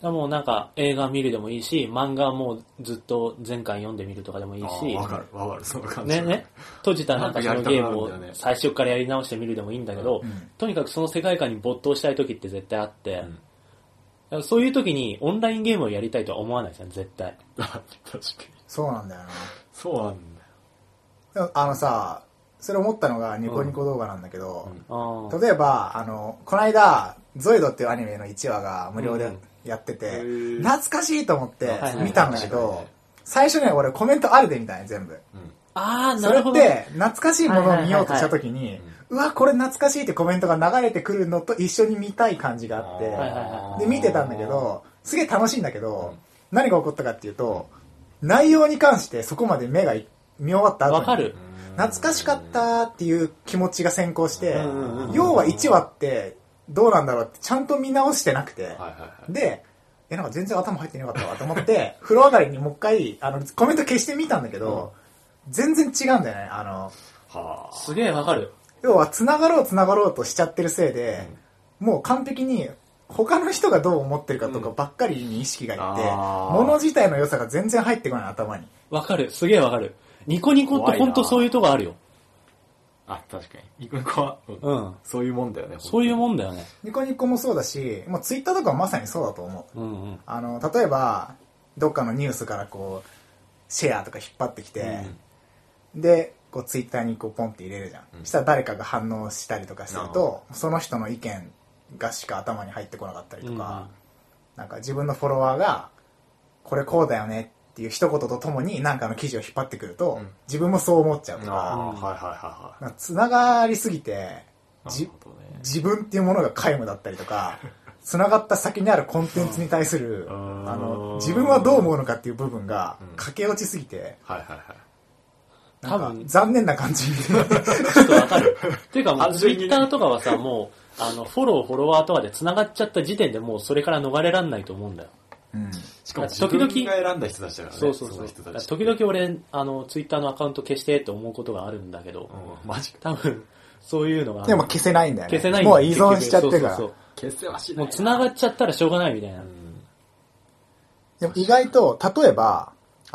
もうなんか映画見るでもいいし、漫画もずっと前回読んでみるとかでもいいし、 わかる、その感じ。 ね、閉じたなんかそのゲームを最初からやり直してみるでもいいんだけど、とにかくその世界観に没頭したい時って絶対あって、そういう時にオンラインゲームをやりたいとは思わないじゃん、絶対。 確かに。 そうなんだよな。 そうなんだよ。 さ、それ思ったのがニコニコ動画なんだけど、例えば、この間、ゾイドっていうアニメの1話が無料でやってて、懐かしいと思って見たんだけど、最初ね、俺コメントあるで見たね、全部。 なるほど。 それって、懐かしいものを見ようとした時に、うわ、これ懐かしいってコメントが流れてくるのと一緒に見たい感じがあって、で、見てたんだけど、すげえ楽しいんだけど、何が起こったかっていうと、内容に関してそこまで目が見終わった後に、 わかる。 懐かしかったっていう気持ちが先行して、要は1話ってどうなんだろうってちゃんと見直してなくて、で、なんか全然頭入ってなかったわと思って、風呂上がりにもう一回、コメント消してみたんだけど、全然違うんだよね、 すげえわかる。 要は繋がろうとしちゃってるせいで、もう完璧に他の人がどう思ってるかとかばっかりに意識がいって、物自体の良さが全然入ってこない頭に。 わかる、すげえわかる。ニコニコってほんとそういうとこあるよ。 確かに。ニコニコは、そういうもんだよね。 そういうもんだよね。 ニコニコもそうだし、もうツイッターとかはまさにそうだと思う。例えば、どっかのニュースからこう、シェアとか引っ張ってきて、で、こうツイッターにこうポンって入れるじゃん。そしたら誰かが反応したりとかすると、その人の意見がしか頭に入ってこなかったりとか、なんか自分のフォロワーが、これこうだよねっていう一言とともに何かの記事を引っ張ってくると、自分もそう思っちゃうとか、つながりすぎて、自分っていうものが皆無だったりとか、つながった先にあるコンテンツに対する、自分はどう思うのかっていう部分が駆け落ちすぎて、多分残念な感じ。 ちょっとわかる。っていうかもうツイッターとかはさ、もうフォロワーとかで繋がっちゃった時点でもうそれから逃れらんないと思うんだよ。 しかも自分が選んだ人たちだからね。 そう。時々俺ツイッターのアカウント消してって思うことがあるんだけど、 マジ多分そういうのが。 でも消せないんだよね。 消せない。 もう依存しちゃってから。 消せはしない。 もう繋がっちゃったらしょうがないみたいな。 でも意外と例えば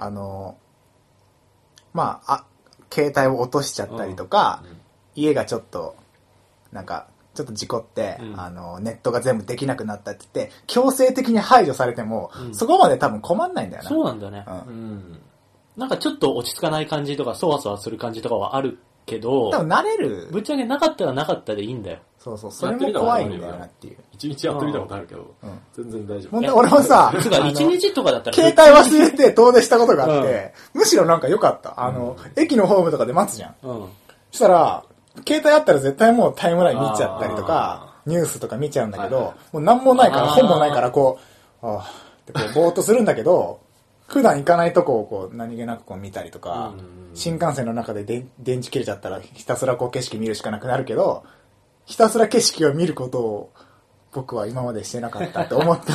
携帯を落としちゃったりとか、家がちょっとなんかちょっと事故って、ネットが全部できなくなったって言って強制的に排除されても、そこまで多分困んないんだよな。 そうなんだよね。なんかちょっと落ち着かない感じとかそわそわする感じとかはあるけど、 多分慣れる。 ぶっちゃけなかったらなかったでいいんだよ。 そう、それも怖いんだよなっていう。 一日やってみたことあるけど、全然大丈夫。 本当俺もさ、 一日とかだったら携帯忘れて遠出したことがあって、むしろなんか良かった。駅のホームとかで待つじゃん。そしたら、携帯あったら絶対もうタイムライン見ちゃったりとか、ニュースとか見ちゃうんだけど、もう何もないから、本もないからこう、ってこうぼーっとするんだけど、普段行かないとこをこう何気なくこう見たりとか、新幹線の中で電池切れちゃったらひたすらこう景色見るしかなくなるけど、ひたすら景色を見ることを僕は今までしてなかったって思った。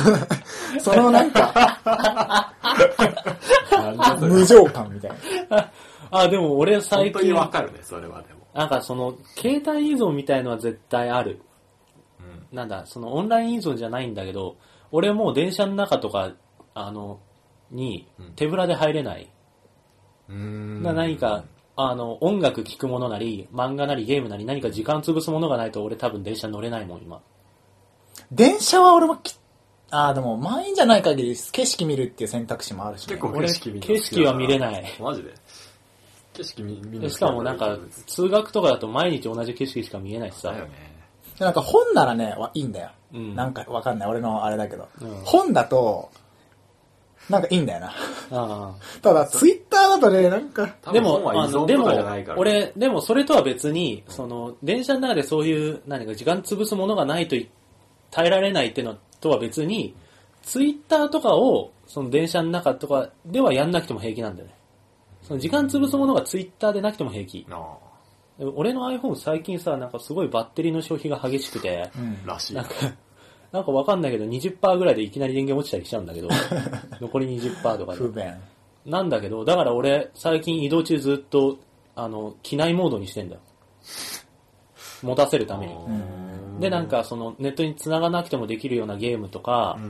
そのなんか、無情感みたいな。でも俺最近。 本当にわかるね、それはでも。 なんかその、携帯依存みたいのは絶対ある。なんだ、そのオンライン依存じゃないんだけど、俺もう電車の中とか、に手ぶらで入れない。何か、音楽聴くものなり、漫画なりゲームなり何か時間潰すものがないと俺多分電車乗れないもん、今。 電車は俺もでも満員じゃない限り景色見るっていう選択肢もあるし、 ね。結構景色見る。 景色は見れない。 マジで景色見る。 しかもなんか、通学とかだと毎日同じ景色しか見えないしさ。 だよね。 なんか本ならね、いいんだよ。なんかわかんない。俺のあれだけど。本だと、なんかいいんだよな。ただ、ツイッターだとね、なんか。 でも、それとは別に、電車の中でそういう、何か時間潰すものがないと耐えられないっていうのとは別に、ツイッターとかを、電車の中とかではやんなくても平気なんだよね。時間潰すものがツイッターでなくても平気。俺の iPhone 最近さ、なんかすごいバッテリーの消費が激しくて、 らしい。 なんかわかんないけど 20% ぐらいでいきなり電源落ちたりしちゃうんだけど、残り 20% とかで。 不便。 なんだけど、だから俺最近移動中ずっと、機内モードにしてんだよ。持たせるために。で、なんかネットに繋がなくてもできるようなゲームとか、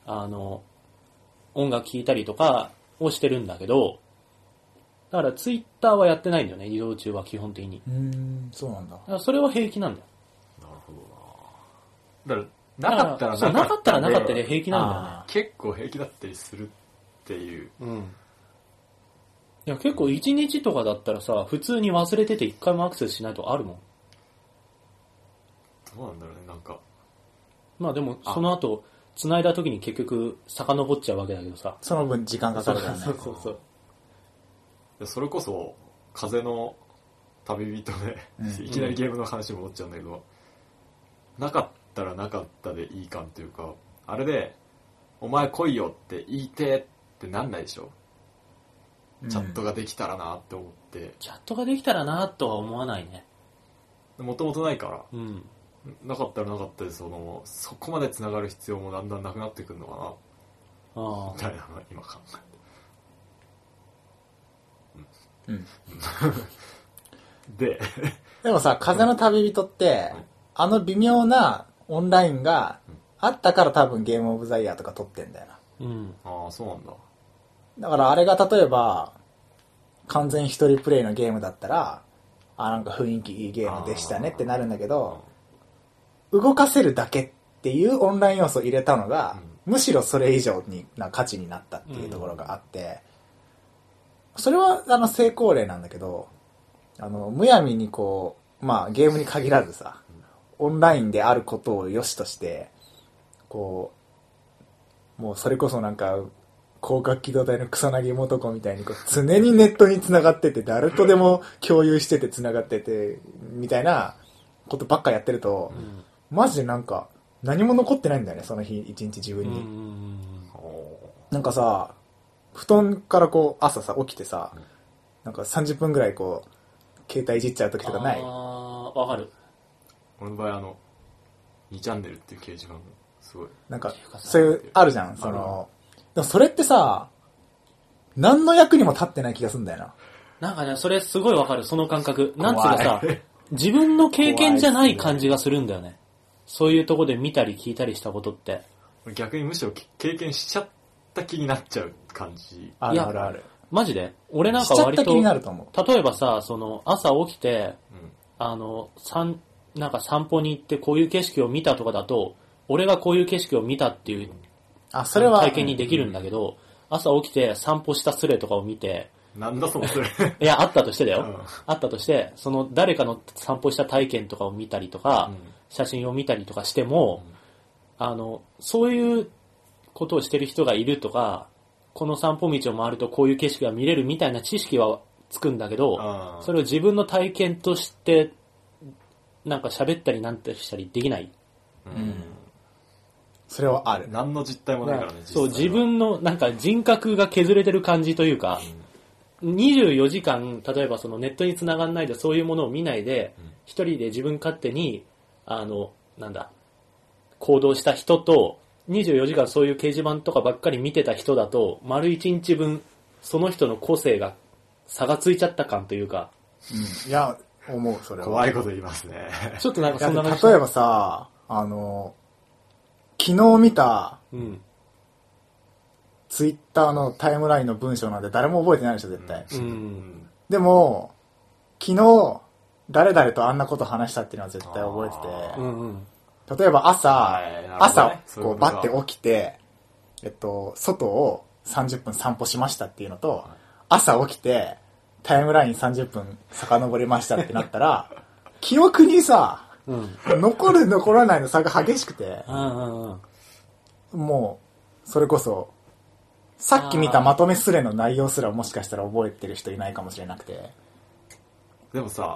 音楽聴いたりとかをしてるんだけど、だからツイッターはやってないんだよね、移動中は基本的に。 そうなんだ。 だからそれは平気なんだよ。 なるほどな。だからなかったらなかったらなかったで平気なんだよね。 結構平気だったりするっていう。 いや結構1日とかだったらさ、普通に忘れてて1回もアクセスしないとかあるもん。 どうなんだろうね、なんか。 まあでもその後繋いだ時に結局遡っちゃうわけだけどさ。 その分時間かかるからね。 そうそれこそ風の旅人で、いきなりゲームの話に戻っちゃうんだけど、なかったらなかったでいい感というか、あれでお前来いよって言いてってなんないでしょ。チャットができたらなって思って。 チャットができたらなとは思わないね。 もともとないから。なかったらなかったで、そこまで繋がる必要もだんだんなくなってくるのかな。みたいなのが今考えて。 でもさ、風の旅人って、微妙なオンラインがあったから多分ゲームオブザイヤーとか撮ってんだよな。 ああ、そうなんだ。 だからあれが例えば、完全一人プレイのゲームだったら、なんか雰囲気いいゲームでしたねってなるんだけど、動かせるだけっていうオンライン要素を入れたのが、むしろそれ以上な価値になったっていうところがあって、それは成功例なんだけど、むやみにこう、まあゲームに限らずさ、オンラインであることを良しとして、こう、もうそれこそなんか、広角機動隊の草薙素子みたいにこう常にネットに繋がってて、誰とでも共有してて繋がってて、みたいなことばっかやってると、マジでなんか、何も残ってないんだよね、その日一日自分に。なんかさ、布団からこう朝さ起きてさ、なんか30分ぐらいこう、携帯いじっちゃう時とかない？ わかる。 俺の場合2チャンネルっていう掲示板すごい。 なんか、そういう、あるじゃん、でもそれってさ、何の役にも立ってない気がするんだよな。 なんかね、それすごいわかる、その感覚。なんつうかさ、自分の経験じゃない感じがするんだよね。そういうとこで見たり聞いたりしたことって。 逆にむしろ経験しちゃった気になっちゃう感じ。 ある。 マジで俺なんか割と、 例えばさ、朝起きて、なんか散歩に行ってこういう景色を見たとかだと、俺がこういう景色を見たっていう、 それは体験にできるんだけど、朝起きて散歩したスレとかを見て、 なんだそのスレいや、あったとしてだよ。あったとして、誰かの散歩した体験とかを見たりとか、写真を見たりとかしても、そういうことをしてる人がいるとか、この散歩道を回るとこういう景色が見れるみたいな知識はつくんだけど、それを自分の体験として、なんか喋ったりなんてしたりできない。 それはある。 何の実体もないからね。 そう、自分のなんか人格が削れてる感じというか、24時間、例えばネットに繋がんないでそういうものを見ないで、一人で自分勝手に、行動した人と、24時間そういう掲示板とかばっかり見てた人だと、丸1日分、その人の個性が差がついちゃった感というか。 いや、思う、それは。 怖いこと言いますね。 ちょっとなんかそんな例えばさ、昨日見た、ツイッターのタイムラインの文章なんて誰も覚えてないでしょ、絶対。でも、昨日、誰々とあんなこと話したっていうのは絶対覚えてて、例えば朝、こうバッて起きて、外を30分散歩しましたっていうのと、朝起きて、タイムライン30分遡りましたってなったら、記憶にさ、残る残らないの差が激しくて、もう、それこそ、さっき見たまとめスレの内容すらもしかしたら覚えてる人いないかもしれなくて。 でもさ、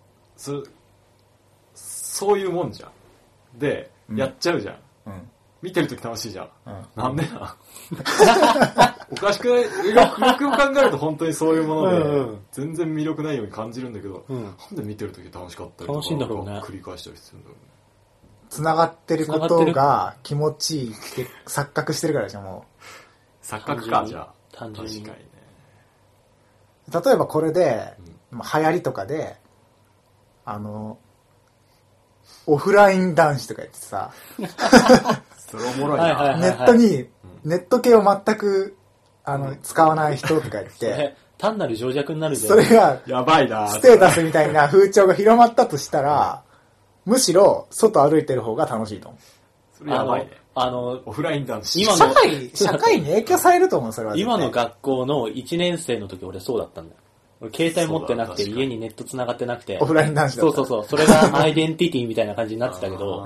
そういうもんじゃん。で、やっちゃうじゃん。見てるとき楽しいじゃん。なんでなおかしくないよく考えると本当にそういうもので、全然魅力ないように感じるんだけど、なんで見てるとき楽しかったりとか、 楽しいんだろうね。 繰り返したりするんだろうね。 繋がってることが気持ちいいって錯覚してるからでしょ、もう。 錯覚か、じゃあ。 単純に。 確かにね。 例えばこれで、流行りとかで、オフライン男子とか言ってさ、 それおもろいな。 ネットに、ネット系を全く、使わない人とか言って、 単なる情弱になるじゃん。 それが、 やばいな。 ステータスみたいな風潮が広まったとしたら、むしろ、外歩いてる方が楽しいと思う。 それやばいね。オフライン男子。 社会に影響されると思う、それは。 今の学校の1年生の時俺そうだったんだよ。俺携帯持ってなくて、家にネット繋がってなくて。 オフライン男子だった。 そう。それがアイデンティティみたいな感じになってたけど、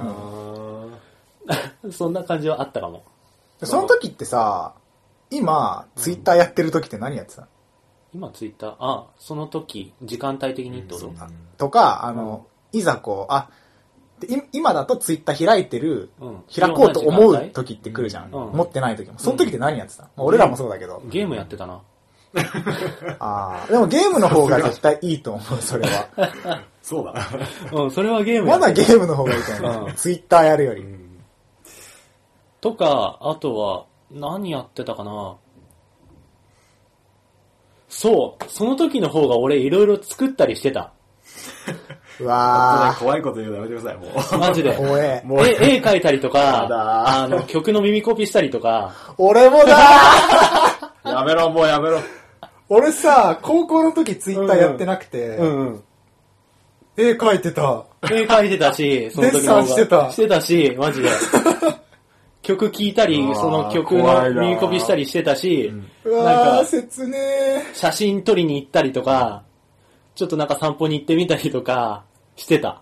そんな感じはあったかも。 その時ってさ、今、ツイッターやってる時って何やってたの？ 今ツイッター、その時、時間帯的にってこと？ とか、いざこう、今だとツイッター開いてる、開こうと思う時って来るじゃん。持ってない時も。その時って何やってたの？俺らもそうだけど。 ゲームやってたな。 でもゲームの方が絶対いいと思う、それは。そうだな。それはゲームまだゲームの方がいいと思う。ツイッターやるより。 とか、あとは、何やってたかな。そう、その時の方が俺いろいろ作ったりしてた。 うわー。怖いこと言うのやめてください、もう。 マジで。 怖え。 絵描いたりとか、曲の耳コピしたりとか。 俺もだーやめろ、もうやめろ。 俺さ、高校の時ツイッターやってなくて、絵描いてた。 絵描いてたし、その時の方が。してたし、マジで。曲聴いたり、その曲の耳コピしたりしてたし、 なんか、切ね写真撮りに行ったりとか、ちょっとなんか散歩に行ってみたりとか、してた。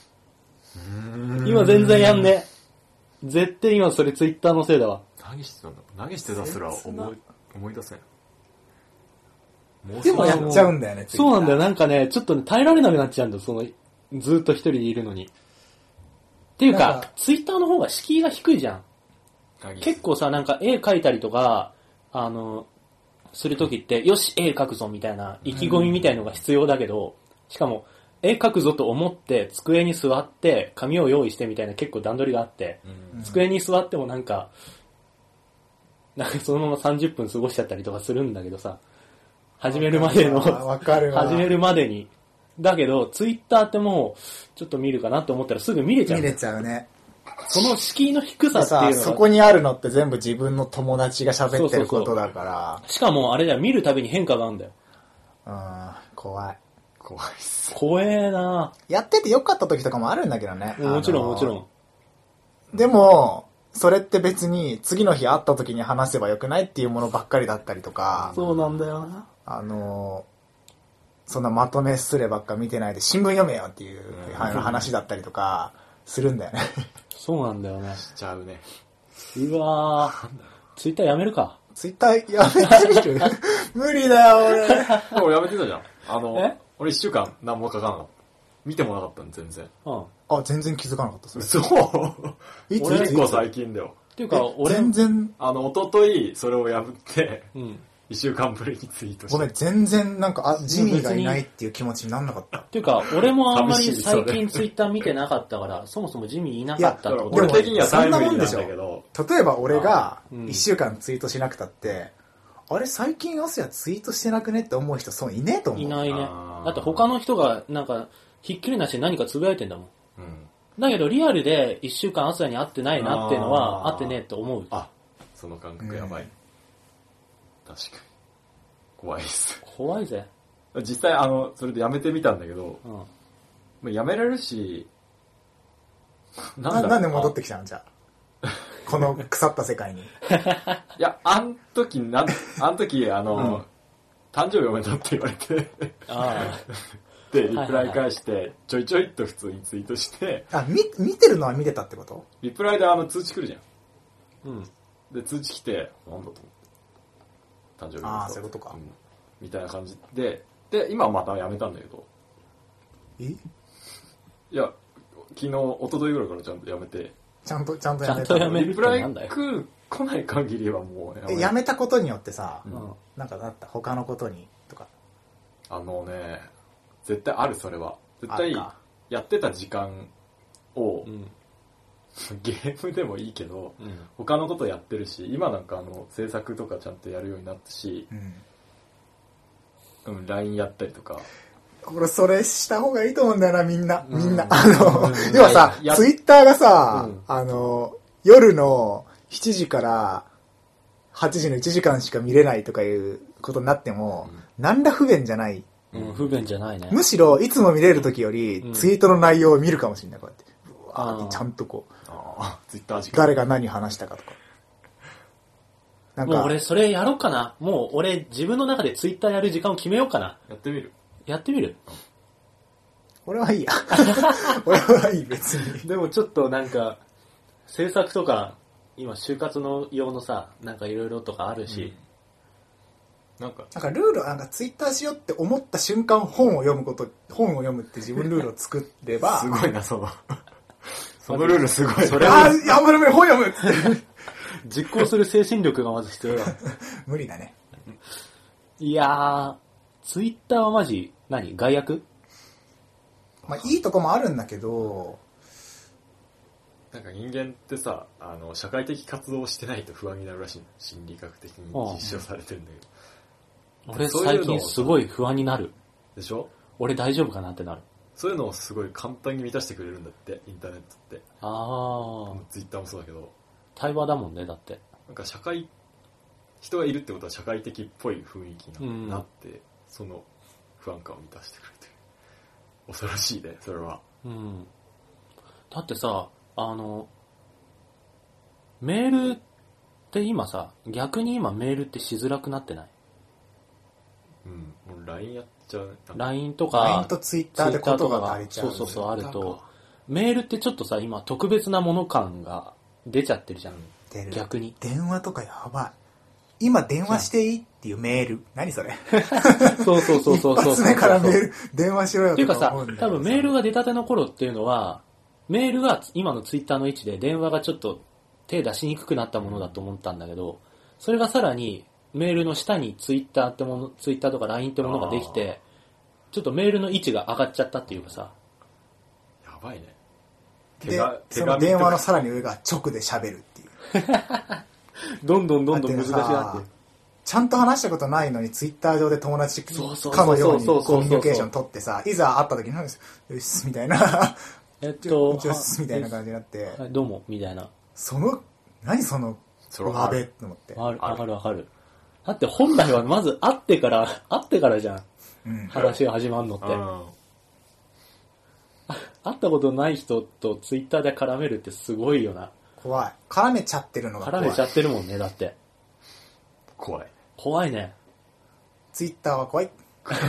今全然やんね。絶対今それツイッターのせいだわ。 何してたんだ何してたすら思い出せん。 でもやっちゃうんだよね、 そうなんだよ。なんかね、ちょっとね、耐えられなくなっちゃうんだよ。ずっと一人でいるのに。っていうか、ツイッターの方が敷居が低いじゃん。結構さ、なんか絵描いたりとか、するときって、よし、絵描くぞみたいな意気込みみたいのが必要だけど、しかも、絵描くぞと思って机に座って紙を用意してみたいな結構段取りがあって、机に座ってもなんかそのまま30分過ごしちゃったりとかするんだけどさ、始めるまでの、始めるまでに。だけど、ツイッターってもう、ちょっと見るかなと思ったらすぐ見れちゃう。 見れちゃうね。 その敷居の低さっていうのがそこにあるのって全部自分の友達が喋ってることだから。 しかもあれだよ、見るたびに変化があるんだよ。 怖い。 怖いっす。 怖えな。 やってて良かった時とかもあるんだけどね。 もちろんもちろん。 でも、それって別に次の日会った時に話せばよくないっていうものばっかりだったりとか。 そうなんだよな。 そんなまとめすればっか見てないで新聞読めよっていう話だったりとかするんだよね。 そうなんだよね。 しちゃうね。 うわー。ツイッターやめるか。 ツイッターやめてみる無理だよ、 俺。俺やめてたじゃん。俺1週間何も書かなかった。見てもなかったの、全然。 全然気づかなかった、 それ。そう結構最近だよ。 っていうか、俺、 全然、 一昨日それを破って、1週間ぶりにツイートして。 ごめん、全然なんか、ジミーがいないっていう気持ちになんなかった。 っていうか、俺もあんまり最近ツイッター見てなかったから、そもそもジミーいなかったってこと俺的にはタイムリーなんだけど。 例えば俺が1週間ツイートしなくたって、あれ最近アスヤツイートしてなくねって思う人そういねえと思う。 いないね。だって他の人がなんか、ひっきりなしに何かつぶやいてんだもん。だけどリアルで1週間アスヤに会ってないなっていうのは、会ってねえと思う。 その感覚やばい。確かに。怖いっす。 怖いぜ。 実際それでやめてみたんだけど、やめられるし、 なんで戻ってきたのじゃあ。この腐った世界に。いや、あん時、誕生日おめでとうって言われて。で、リプライ返して、ちょいちょいっと普通にツイートして。 見てるのは見てたってこと？ リプライで通知来るじゃん。で、通知来て、なんだと思って。誕生日おめでとう。 そういうことか。 みたいな感じで、今はまたやめたんだけど。いや、昨日、一昨日ぐらいからちゃんとやめて。 ちゃんとやめた。 リプライ来ない限りはもうやめたことによってさ、なんかなった他のことにとか。 絶対ある、それは。絶対、やってた時間を、ゲームでもいいけど、他のことやってるし、今なんか制作とかちゃんとやるようになったし、LINE やったりとか。 俺それした方がいいと思うんだよな、みんな。要はさ、ツイッターがさ、 夜の7時から8時の1時間しか見れないとかいうことになっても、何ら不便じゃない。 不便じゃないね。 むしろ、いつも見れる時より、ツイートの内容を見るかもしれない、こうやって。うわーちゃんとこう。 ツイッター誰が何話したかとか。 なんかもう俺それやろうかな。もう俺自分の中でツイッターやる時間を決めようかな。 やってみる。 俺はいいや。俺はいい、別に。 でもちょっとなんか、制作とか、今就活の用のさ、なんかいろいろとかあるし。 なんかルール、なんかツイッターしようって思った瞬間本を読むって自分ルールを作れば。 すごいな、そのルールすごい。 それやばい本読むって。 実行する精神力がまず必要だ。 無理だね。 いやー、ツイッターはマジ、害悪？ まあいいとこもあるんだけど、 なんか人間ってさ、社会的活動をしてないと不安になるらしい。心理学的に実証されてるんだけど。 俺最近すごい不安になる。 でしょ？ 俺大丈夫かなってなる。 そういうのをすごい簡単に満たしてくれるんだって、インターネットって。ツイッターもそうだけど。 対話だもんね、だって。 なんか人がいるってことは社会的っぽい雰囲気になって、その不安感を満たしてくれるという。恐ろしいね、それは。 だってさ、メールって今さ、逆に今メールってしづらくなってない？ もう LINE やっちゃうね。 LINE とか、 LINE と Twitter でことが足りちゃう。 そう、あると、メールってちょっとさ、今特別なもの感が出ちゃってるじゃん。逆に。 電話とかやばい。今電話していいっていうメール。何それ？ そう。 一発目から電話しろよっていうかさ、多分メールが出たての頃っていうのは、メールが今のツイッターの位置で電話がちょっと手出しにくくなったものだと思ったんだけど、それがさらにメールの下にツイッターとか LINE ってものができて、ちょっとメールの位置が上がっちゃったっていうかさ。 やばいね。 で、その電話のさらに上が直で喋るっていう。 どんどん難しくなって。 ちゃんと話したことないのにツイッター上で友達かのようにコミュニケーション取ってさ、いざ会った時に、よし、みたいな。みたいな感じになって。 どうも、みたいな。 何その、わべって思って。 わかる。だって本来はまず会ってからじゃん。話が始まるのって。会ったことない人とツイッターで絡めるってすごいよな。 怖い。絡めちゃってるのが怖い。 絡めちゃってるもんね、だって。怖いね。 ツイッターは怖い。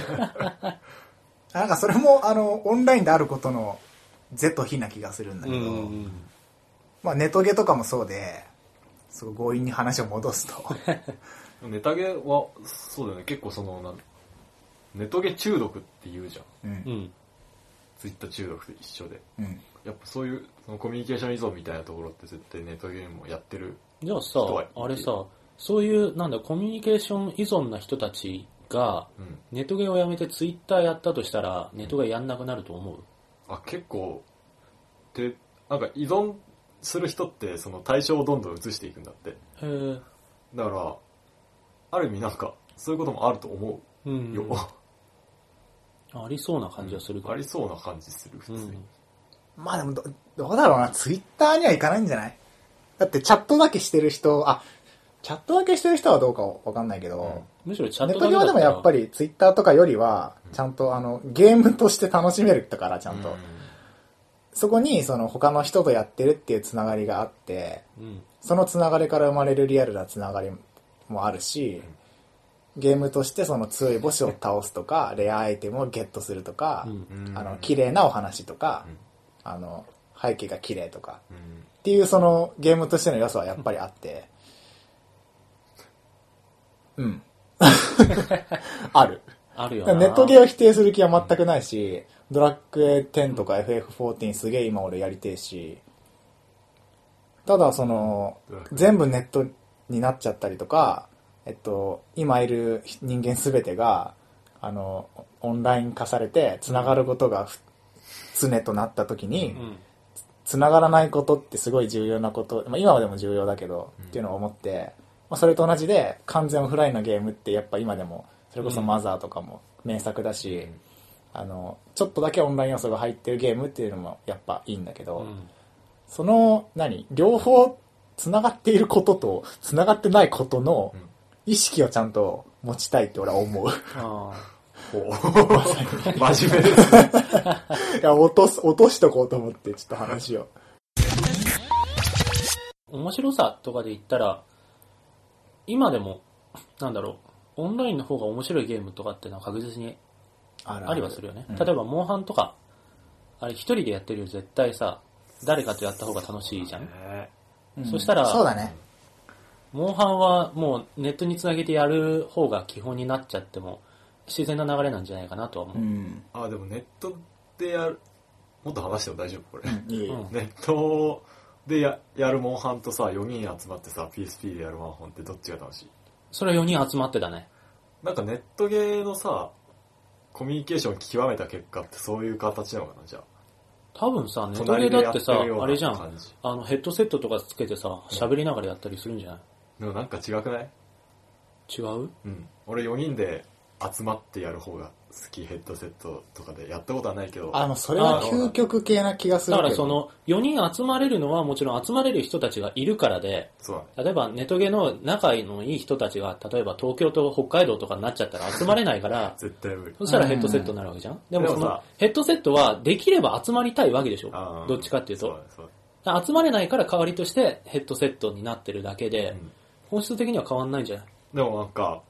なんかそれも、オンラインであることの是と非な気がするんだけど、まあネトゲとかもそうで、すごい強引に話を戻すと。 ネタゲは、そうだよね、結構ネトゲ中毒って言うじゃん。ツイッター中毒と一緒で。やっぱそういうそのコミュニケーション依存みたいなところって絶対ネトゲームをやってるじゃあさ、あれさ、そういうコミュニケーション依存な人たちが、ネトゲをやめてツイッターやったとしたら、ネトゲやんなくなると思う？ 結構なんか依存する人ってその対象をどんどん移していくんだって。だからある意味なんかそういうこともあると思うよ。 ありそうな感じはするありそうな感じする、普通に。 まあでもどうだろうな、ツイッターにはいかないんじゃない？だってチャットだけしてる人、チャットだけしてる人はどうかわかんないけど、 むしろチャットだけだったらネット上でもやっぱりツイッターとかよりは、ちゃんとゲームとして楽しめるから、ちゃんと。そこに他の人とやってるっていうつながりがあって、そのつながりから生まれるリアルなつながりもあるし、ゲームとしてその強いボスを倒すとか、レアアイテムをゲットするとか、綺麗なお話とか、背景が綺麗とか、っていうそのゲームとしての要素はやっぱりあって、ある。 あるよな。 ネットゲーを否定する気は全くないし、ドラクエ10とか FF14 すげえ今俺やりてえし、ただ全部ネットになっちゃったりとか、今いる人間すべてが、オンライン化されて、繋がることが常となった時に、繋がらないことってすごい重要なこと、今はでも重要だけど、っていうのを思って、それと同じで、完全オフラインのゲームってやっぱ今でも、それこそマザーとかも名作だし、ちょっとだけオンライン要素が入ってるゲームっていうのもやっぱいいんだけど、両方繋がっていることと繋がってないことの意識をちゃんと持ちたいって俺は思う。 あ真面目ですね。 いや、落としとこうと思ってちょっと話を。 面白さとかで言ったら、今でも、なんだろう、オンラインの方が面白いゲームとかってのは確実にありはするよね。例えば、モンハンとか、あれ一人でやってるより絶対さ、誰かとやった方が楽しいじゃん。そしたら、 そうだね。 モンハンはもうネットにつなげてやる方が基本になっちゃっても、自然な流れなんじゃないかなとは思う。 でもネットでやる、もっと話しても大丈夫これ。 いいよ。 ネットでやるモンハンとさ、4人集まってさ、PSP でやるモンハンってどっちが楽しい？ それは4人集まってだね。 なんかネットゲーのさ、コミュニケーションを極めた結果ってそういう形なのかな、じゃあ。 多分さ、ネットゲーだってさ、あれじゃん。 ん。 ヘッドセットとかつけてさ、喋りながらやったりするんじゃない？ でもなんか違くない？ 違う？ 俺4人で集まってやる方が好き。ヘッドセットとかでやったことはないけど。 それは究極系な気がするけど。 だからその、4人集まれるのはもちろん集まれる人たちがいるからで、例えばネットゲーの仲のいい人たちが、例えば東京と北海道とかになっちゃったら集まれないから、 絶対無理。 そしたらヘッドセットになるわけじゃん。でもその、ヘッドセットはできれば集まりたいわけでしょ。どっちかっていうと。集まれないから代わりとしてヘッドセットになってるだけで、本質的には変わんないんじゃない？ でもなんか、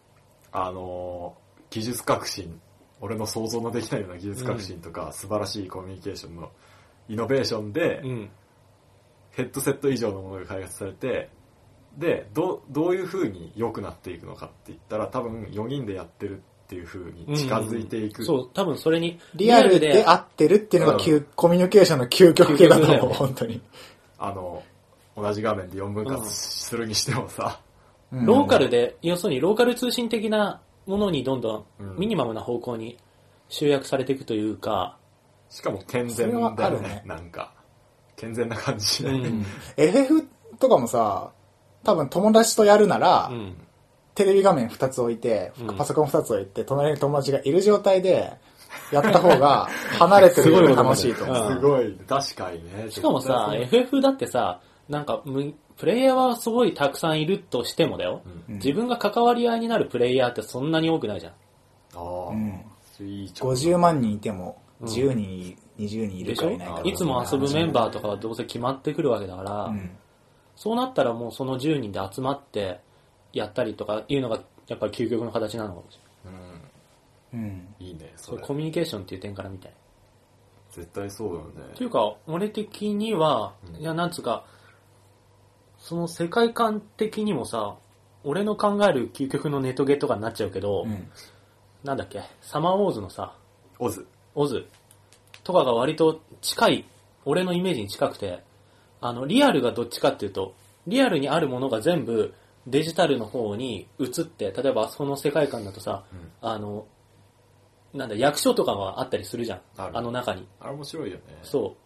技術革新、俺の想像のできないような技術革新とか、素晴らしいコミュニケーションのイノベーションで、ヘッドセット以上のものが開発されて、で、どういう風に良くなっていくのかって言ったら、多分4人でやってるっていう風に近づいていく。 そう、多分それに。 リアルで合ってるっていうのが、コミュニケーションの究極系だと思う、本当に。 同じ画面で4分割するにしてもさ、 ローカルで、要するにローカル通信的なものにどんどんミニマムな方向に集約されていくというか、 しかも健全だよね、なんか。健全な感じしない。 FF とかもさ、多分友達とやるなら、テレビ画面2つ置いて、パソコン2つ置いて、隣に友達がいる状態で、やった方が離れてるより楽しいと思う。 すごい、確かにね。 しかもさ、FF だってさ、なんか、プレイヤーはすごいたくさんいるとしてもだよ。自分が関わり合いになるプレイヤーってそんなに多くないじゃん。 50万人いても、10人、20人いるかいないか。 いつも遊ぶメンバーとかはどうせ決まってくるわけだから、そうなったらもうその10人で集まってやったりとかいうのがやっぱり究極の形なのかもしれない。 いいね、 それコミュニケーションっていう点から見て。 絶対そうだよね。 というか、俺的には、いや、なんつうか、その世界観的にもさ、俺の考える究極のネトゲとかになっちゃうけど、なんだっけ、サマーウォーズのさ、オズとかが割と近い、俺のイメージに近くて、リアルがどっちかっていうと、リアルにあるものが全部デジタルの方に移って、例えばその世界観だとさ、なんだ、役所とかがあったりするじゃん。あの中に。 あれ面白いよね。 そう。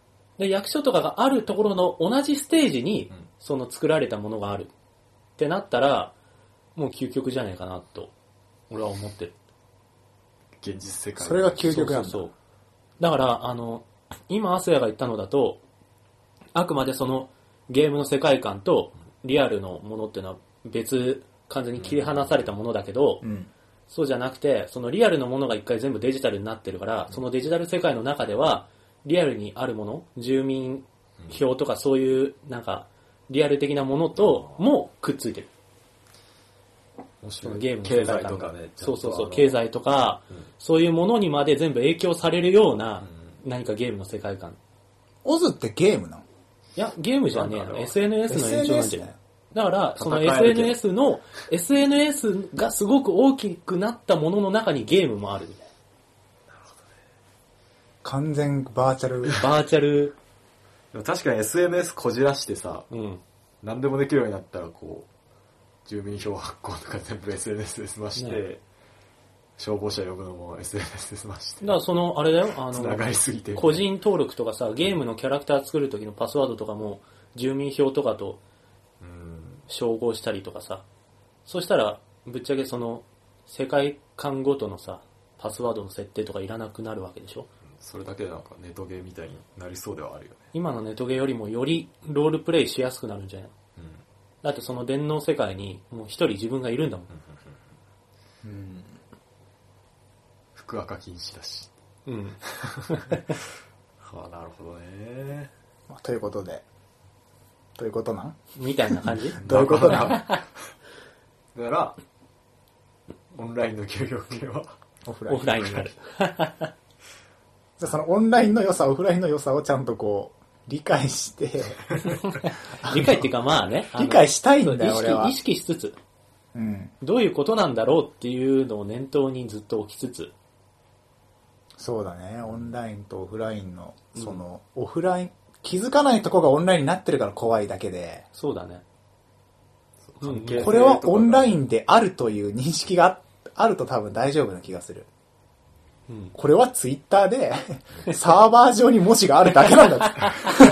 で、役所とかがあるところの同じステージに、その作られたものがある。ってなったら、もう究極じゃないかなと、俺は思ってる。 現実世界。 それが究極なんだ。 そう。だから、今、アスヤが言ったのだと、あくまでそのゲームの世界観とリアルのものっていうのは完全に切り離されたものだけど、そうじゃなくて、そのリアルのものが一回全部デジタルになってるから、そのデジタル世界の中では、リアルにあるもの、住民票とかそういう、なんか、リアル的なものともくっついてる。そのゲームの世界観が。そう、経済とか、そういうものにまで全部影響されるような、何かゲームの世界観。 オズってゲームなの？ いや、ゲームじゃねえの。SNS の延長なんじゃない？だから、その SNS がすごく大きくなったものの中にゲームもあるみたいな。 なるほどね。完全バーチャル。 バーチャル。 でも確かに SNS こじらしてさ、何でもできるようになったらこう、住民票発行とか全部 SNS で済まして、消防車呼ぶのも SNS で済まして。 だからその、あれだよ、 長いすぎて。 個人登録とかさ、ゲームのキャラクター作るときのパスワードとかも、住民票とかと、照合したりとかさ。そしたら、ぶっちゃけその、世界観ごとのさ、パスワードの設定とかいらなくなるわけでしょ。 それだけでなんかネトゲーみたいになりそうではあるよね。 今のネトゲーよりもよりロールプレイしやすくなるんじゃないの？ だってその電脳世界にもう一人自分がいるんだもん。 うん。 福赤禁止だし。 うん。 はあ、なるほどね。 ということで。どういうことなんみたいな感じどういうことなんだから、オンラインの協力系はオフラインになる。 じゃそのオンラインの良さ、オフラインの良さをちゃんとこう、理解して。 理解っていうかまあね。 理解したいんだよ、俺は。 意識しつつ。 うん。 どういうことなんだろうっていうのを念頭にずっと置きつつ。 そうだね。オンラインとオフラインの、その、オフライン、気づかないとこがオンラインになってるから怖いだけで。 そうだね。 これはオンラインであるという認識があると多分大丈夫な気がする。 うん、 これはツイッターでサーバー上に文字があるだけなんだって。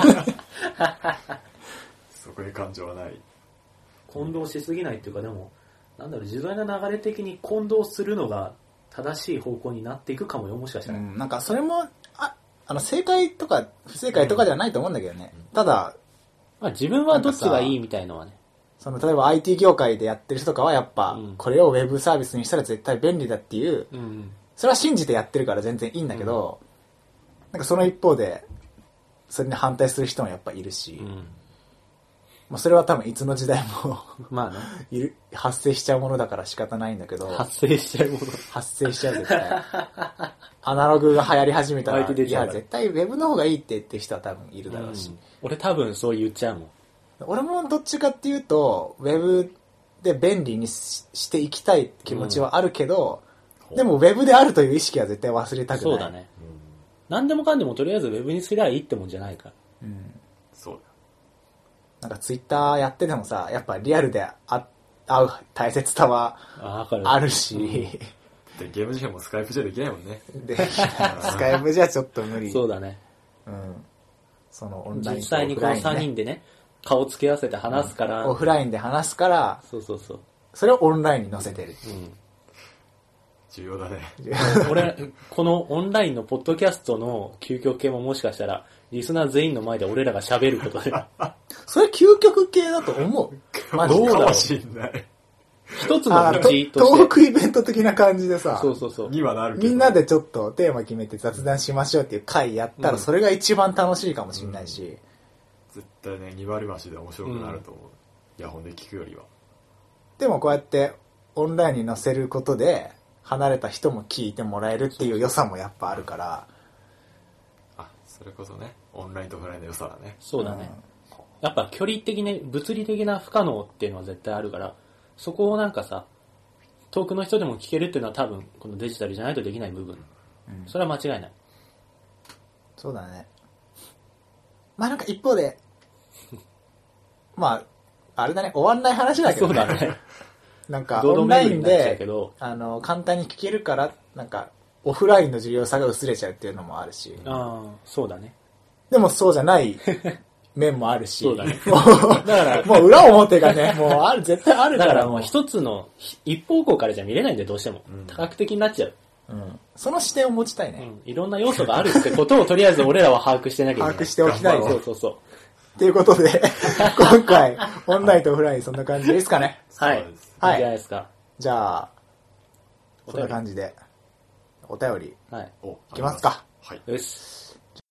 そこに感情はない。 混同しすぎないっていうか、でも、なんだろう、時代の流れ的に混同するのが正しい方向になっていくかもよ、もしかしたら。 なんかそれも、正解とか不正解とかじゃないと思うんだけどね。ただ、 まあ自分はどっちがいいみたいのはね。 例えば IT 業界でやってる人とかはやっぱ、これをウェブサービスにしたら絶対便利だっていう、それは信じてやってるから全然いいんだけど、なんかその一方で、それに反対する人もやっぱいるし、まあそれは多分いつの時代もまあね、 発生しちゃうものだから仕方ないんだけど、 発生しちゃうもの発生しちゃう絶対。アナログが流行り始めたら、いや絶対ウェブの方がいいって言ってる人は多分いるだろうし、 俺多分そう言っちゃうもん。 俺もどっちかっていうと、ウェブで便利にしていきたい気持ちはあるけど、でもウェブであるという意識は絶対忘れたくない。 そうだね。何でもかんでもとりあえずウェブにすりゃいいってもんじゃないから。 そうだ。 なんかツイッターやっててもさ、やっぱリアルで会う大切さはあるし。 で、ゲーム時間もスカイプじゃできないもんね。 スカイプじゃちょっと無理。 そうだね。 そのオンラインとオフライン、ね、 実際にこの3人でね、顔つけ合わせて話すから、 オフラインで話すから、 そう。 それをオンラインに載せてる。 重要だね。 俺、このオンラインのポッドキャストの究極系ももしかしたら、リスナー全員の前で俺らが喋ることで。 それ究極系だと思う。 マジどうかもしんない。 一つの道として。 トークイベント的な感じでさ、 そう。 にはなるけど。 みんなでちょっとテーマ決めて雑談しましょうっていう回やったら、それが一番楽しいかもしれないし。 絶対ね、2割増しで面白くなると思う。イヤホンで聞くよりは。 でもこうやってオンラインに載せることで、離れた人も聞いてもらえるっていう良さもやっぱあるから。 それこそね、オンラインとオフラインの良さだね。 そうだね。やっぱ距離的に、物理的な不可能っていうのは絶対あるから、そこをなんかさ、遠くの人でも聞けるっていうのは多分、このデジタルじゃないとできない部分。それは間違いない。 そうだね。まあなんか一方で、まあ、あれだね、終わんない話だけどね。 そうだね。 なんか、オンラインで、簡単に聞けるから、なんか、オフラインの重要さが薄れちゃうっていうのもあるし。 そうだね。 でもそうじゃない面もあるし。 そうだね。 だから、もう裏表がね、もう絶対あるから。 だからもう一つの、一方向からじゃ見れないんでどうしても。多角的になっちゃう。 その視点を持ちたいね。 いろんな要素があるってことをとりあえず俺らは把握してなきゃいけない。 把握しておきたいね。 そう。 ということで、今回、オンラインとオフラインそんな感じですかね。 はい。いいじゃないですか。 じゃあ、そんな感じで、お便り、いきますか。 はい。 よし。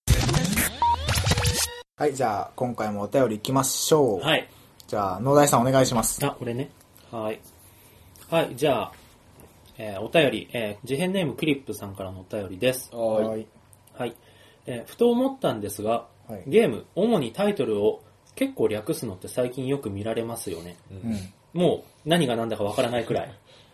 はい、じゃあ、今回もお便りいきましょう。 はい。 じゃあ、農大さんお願いします。 俺ね。はい。はい、じゃあ、お便り、事変ネームクリップさんからのお便りです。 はい。 はい。ふと思ったんですが、ゲーム、主にタイトルを結構略すのって最近よく見られますよね。もう何が何だかわからないくらい。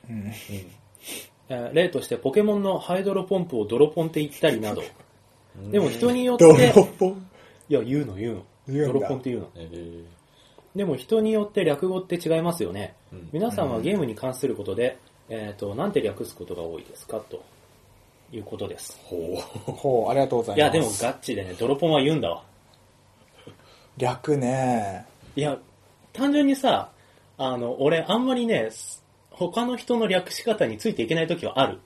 例としてポケモンのハイドロポンプをドロポンって言ったりなど。でも人によって、 ドロポン？ いや、言うの。ドロポンって言うの。でも人によって略語って違いますよね。皆さんはゲームに関することで、なんて略すことが多いですかということです。 ほう、ありがとうございます。 いや、でもガッチでね、ドロポンは言うんだわ。 略ね。 いや、単純にさ、俺あんまりね、他の人の略し方についていけないときはある。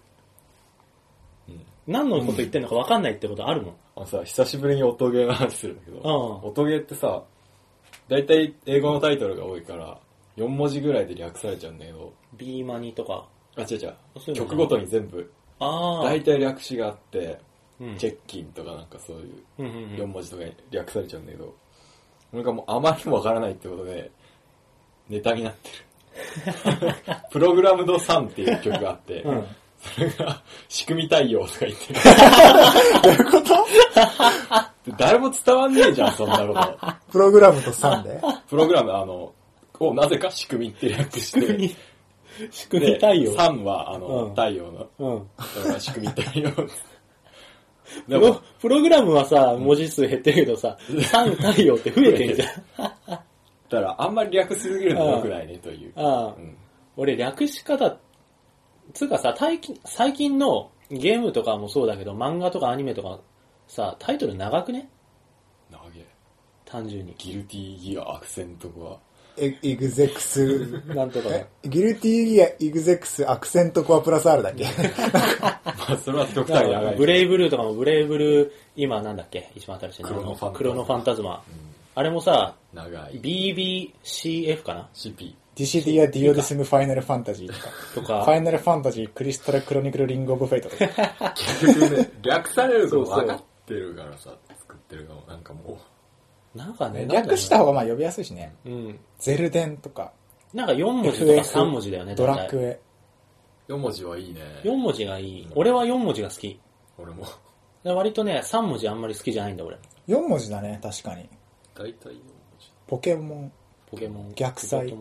何のこと言ってんのか分かんないってことあるもん。 さ、久しぶりに音ゲーの話するんだけど、音ゲーってさ、大体英語のタイトルが多いから、 4文字ぐらいで略されちゃうんだけど。 B マニとか。 あ、違う。曲ごとに全部。大体略詞があって、チェッキンとかなんかそういう4文字とかに略されちゃうんだけど、俺がもうあまりにもわからないってことで、ネタになってる。プログラムドサンっていう曲があって、それが仕組み対応とか言ってる。 どういうこと誰も伝わんねえじゃん、そんなこと。 プログラムとサンでプログラム、をなぜか仕組みって略して、 仕組み対応。 サンは、太陽の、だから仕組み対応。 プログラムはさ、文字数減ってるけどさ、サン太陽って増えてんじゃん。 だからあんまり略しすぎるの良くないねという。 俺略し方、つうかさ、最近のゲームとかもそうだけど、漫画とかアニメとかさ、タイトル長くね？ 長げ。 単純に。 ギルティギアアクセントコア。 エグゼクス、 なんとか。 ギルティギアエグゼクスアクセントコアプラス R だっけまあ、それは極端に長い。 ブレイブルーとかもブレイブルー、今なんだっけ一番新しいの。クロノファンタズマ。あれもさ、 長い。 BBCF かな ?CP。 ディシディア・ディオディスム・ファイナル・ファンタジーとか。ファイナル・ファンタジー・クリスタル・クロニクル・リング・オブ・フェイトとか。 結局ね、略されるの分かってるからさ、作ってるのなんかもう。 なんかね、 略した方がまあ呼びやすいしね。ゼルデンとか。 なんか4文字とか3文字だよね、 ドラクエ。 4文字はいいね。 4文字がいい。俺は4文字が好き。 俺も。 割とね、3文字あんまり好きじゃないんだ、俺。 4文字だね、確かに。 大体4文字。 ポケモン。逆サイ。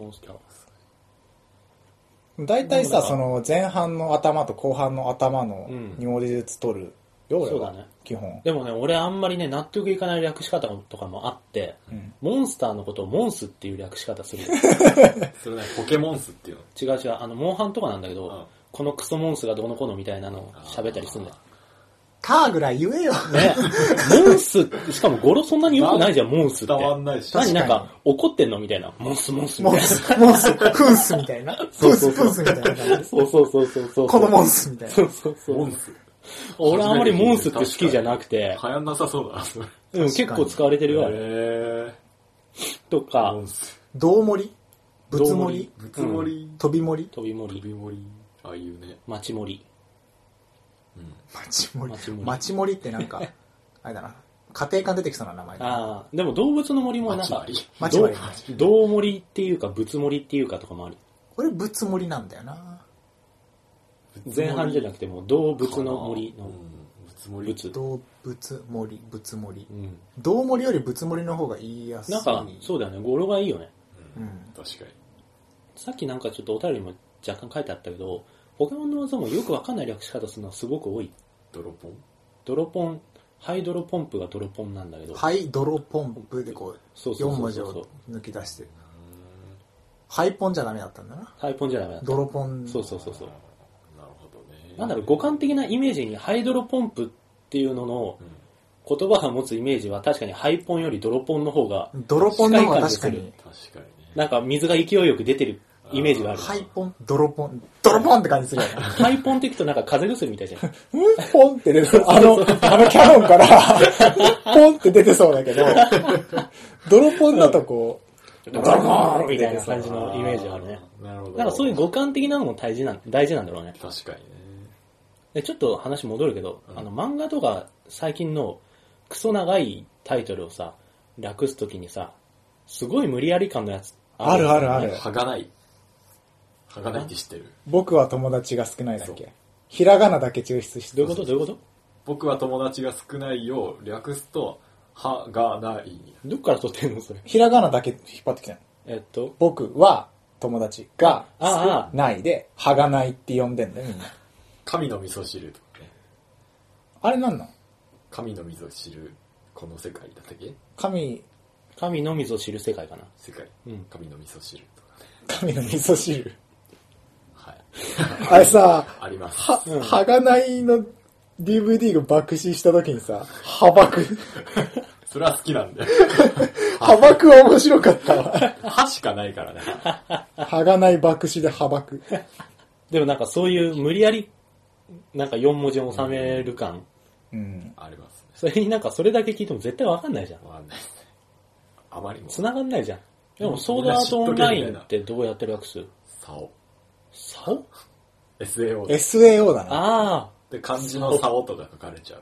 大体さ、その前半の頭と後半の頭の2文字ずつ取る。 そうだね。 基本。 でもね、俺あんまりね、納得いかない略し方とかもあって、モンスターのことをモンスっていう略し方する。 それね、ポケモンスっていうの？違う、モンハンとかなんだけど、このクソモンスがどうのこうのみたいなのを喋ったりするんだよ。 カーぐらい言えよ。 ね。モンス、しかも語呂そんなに良くないじゃん、モンスって。 伝わんないし。 何なんか、怒ってんのみたいな。モンスみたいな。 モンス、フンスみたいな。フンスみたいな感じ。 そう。 このモンスみたいな。 そう。 モンス。 俺あんまりモンスって好きじゃなくて。 流行んなさそうだな、それ。 でも結構使われてるよ、あれ。とか、 どう盛りぶつ盛りぶつ盛り飛び盛り飛び盛り。 ああいうね。 町盛り。 町盛りってなんか、あれだな。家庭科出てきそうな名前だ。 ああ、でも動物の森もなんか、 町盛り。どう盛りっていうか、ぶつ盛りっていうかとかもある。 俺、ぶつ盛りなんだよな。 前半じゃなくても動物の森の動物森ぶつ森動森よりぶつ森の方が言いやすい。 なんかそうだよね、語呂がいいよね。 確かに。 さっきなんかちょっとお便りも若干書いてあったけど、ポケモンの技もよくわかんない略し方するのはすごく多い。 ドロポンハイドロポンプがドロポンなんだけど、 ハイドロポンプでこう4文字を抜き出して、ハイポンじゃダメだったんだな。 ハイポンじゃダメだった。 ドロポン。 そう。なんだろう、五感的なイメージにハイドロポンプっていうのの言葉が持つイメージは確かにハイポンよりドロポンの方がドロポンの方が確かになんか水が勢いよく出てるイメージがある。 ハイポンドロポンって感じするよね。 ハイポンって聞くとなんか風邪薬みたいじゃん。 ポンって出てそう。あのキャノンからポンって出てそうだけど、ドロポンだとこうドロポンみたいな感じのイメージがあるね。 なるほど。 なんかそういう五感的なのも大事なんだろうね。 確かにね。 でちょっと話戻るけど、漫画とか最近のクソ長いタイトルをさ、略すときにさ、すごい無理やり感のやつある。 はがないって知ってる？ 僕は友達が少ないだっけ？ひらがなだけ抽出して。 どういうこと僕は友達が少ないを略すと、はがない。 どっから取ってんのそれ？ ひらがなだけ引っ張ってきたの。僕は友達が少ないで、はがないって呼んでんだよみんな。 神の味噌汁とかね。 あれなんなん？ 神の味噌汁、この世界だったっけ？ 神の味噌汁世界かな。 世界。神の味噌汁とかね。 神の味噌汁。 はい。 あれさ、 あります。 はがないの DVD が爆死した時にさ、はばく。 それは好きなんだよ。 はばくは面白かったわ。 はしかないからね。 はがない爆死ではばく。 でもなんかそういう無理やり、なんか4文字を収める感。 ありますね。 それになんかそれだけ聞いても絶対わかんないじゃん。 わかんないですね。あまりも。 繋がんないじゃん。 でも、ソードアートオンラインってどうやって略す？ 竿。 竿？ SAO。 SAO だな。 ああ。 で、漢字の竿とか書かれちゃう。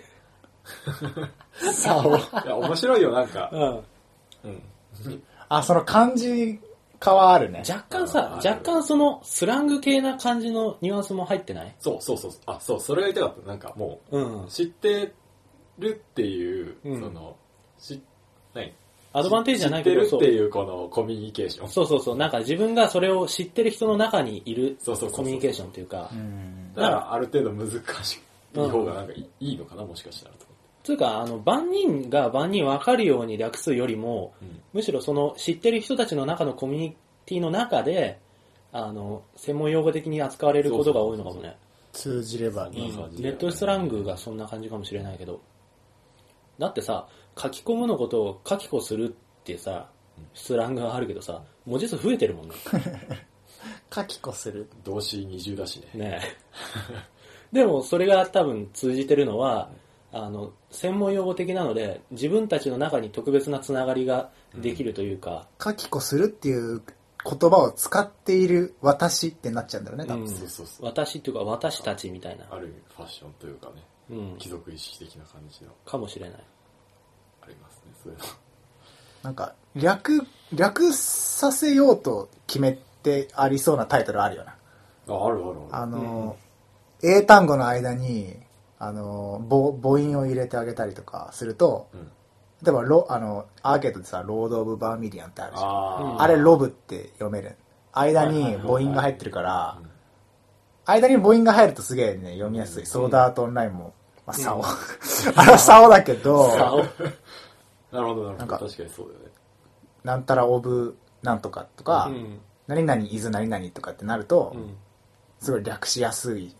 竿。 いや、面白いよ、なんか。 うん。 あ、その漢字化はあるね。 若干そのスラング系な感じのニュアンスも入ってない？ そう。あ、そう、それが言いたかった。なんかもう、知ってるっていう、その、 アドバンテージじゃないけど、 知ってるっていうこのコミュニケーション。 そう。なんか自分がそれを知ってる人の中にいるコミュニケーションというか。 だからある程度難しい方がなんかいいのかな、もしかしたらと。 というか、万人が万人分かるように略すよりも、むしろその知ってる人たちの中のコミュニティの中で、専門用語的に扱われることが多いのかもね。 通じればいい。 ネットスラングがそんな感じかもしれないけど。だってさ、書き込むのことを書き込するってさ、スラングがあるけどさ、文字数増えてるもんね。 書き込する。 動詞二重だしね。 ねえ。でもそれが多分通じてるのは、専門用語的なので、自分たちの中に特別なつながりができるというか。 書き込するっていう言葉を使っている私ってなっちゃうんだよね、多分。 そう。 私っていうか私たちみたいな。 ある意味ファッションというかね、貴族意識的な感じの。 かもしれない。 ありますね、そういうの。 なんか、略させようと決めてありそうなタイトルあるよな。 ある。 英単語の間に、母音を入れてあげたりとかすると、例えばアーケードでさ、ロード・オブ・バーミリアンってあるじゃん。あれ、ロブって読める。間に母音が入ってるから、間に母音が入るとすげえね、読みやすい。ソードアートオンラインも、まあ、竿。あれは竿だけど、 なるほど。確かにそうだよね。 なんたらオブなんとかとか、何々イズ何々とかってなると、すごい略しやすい。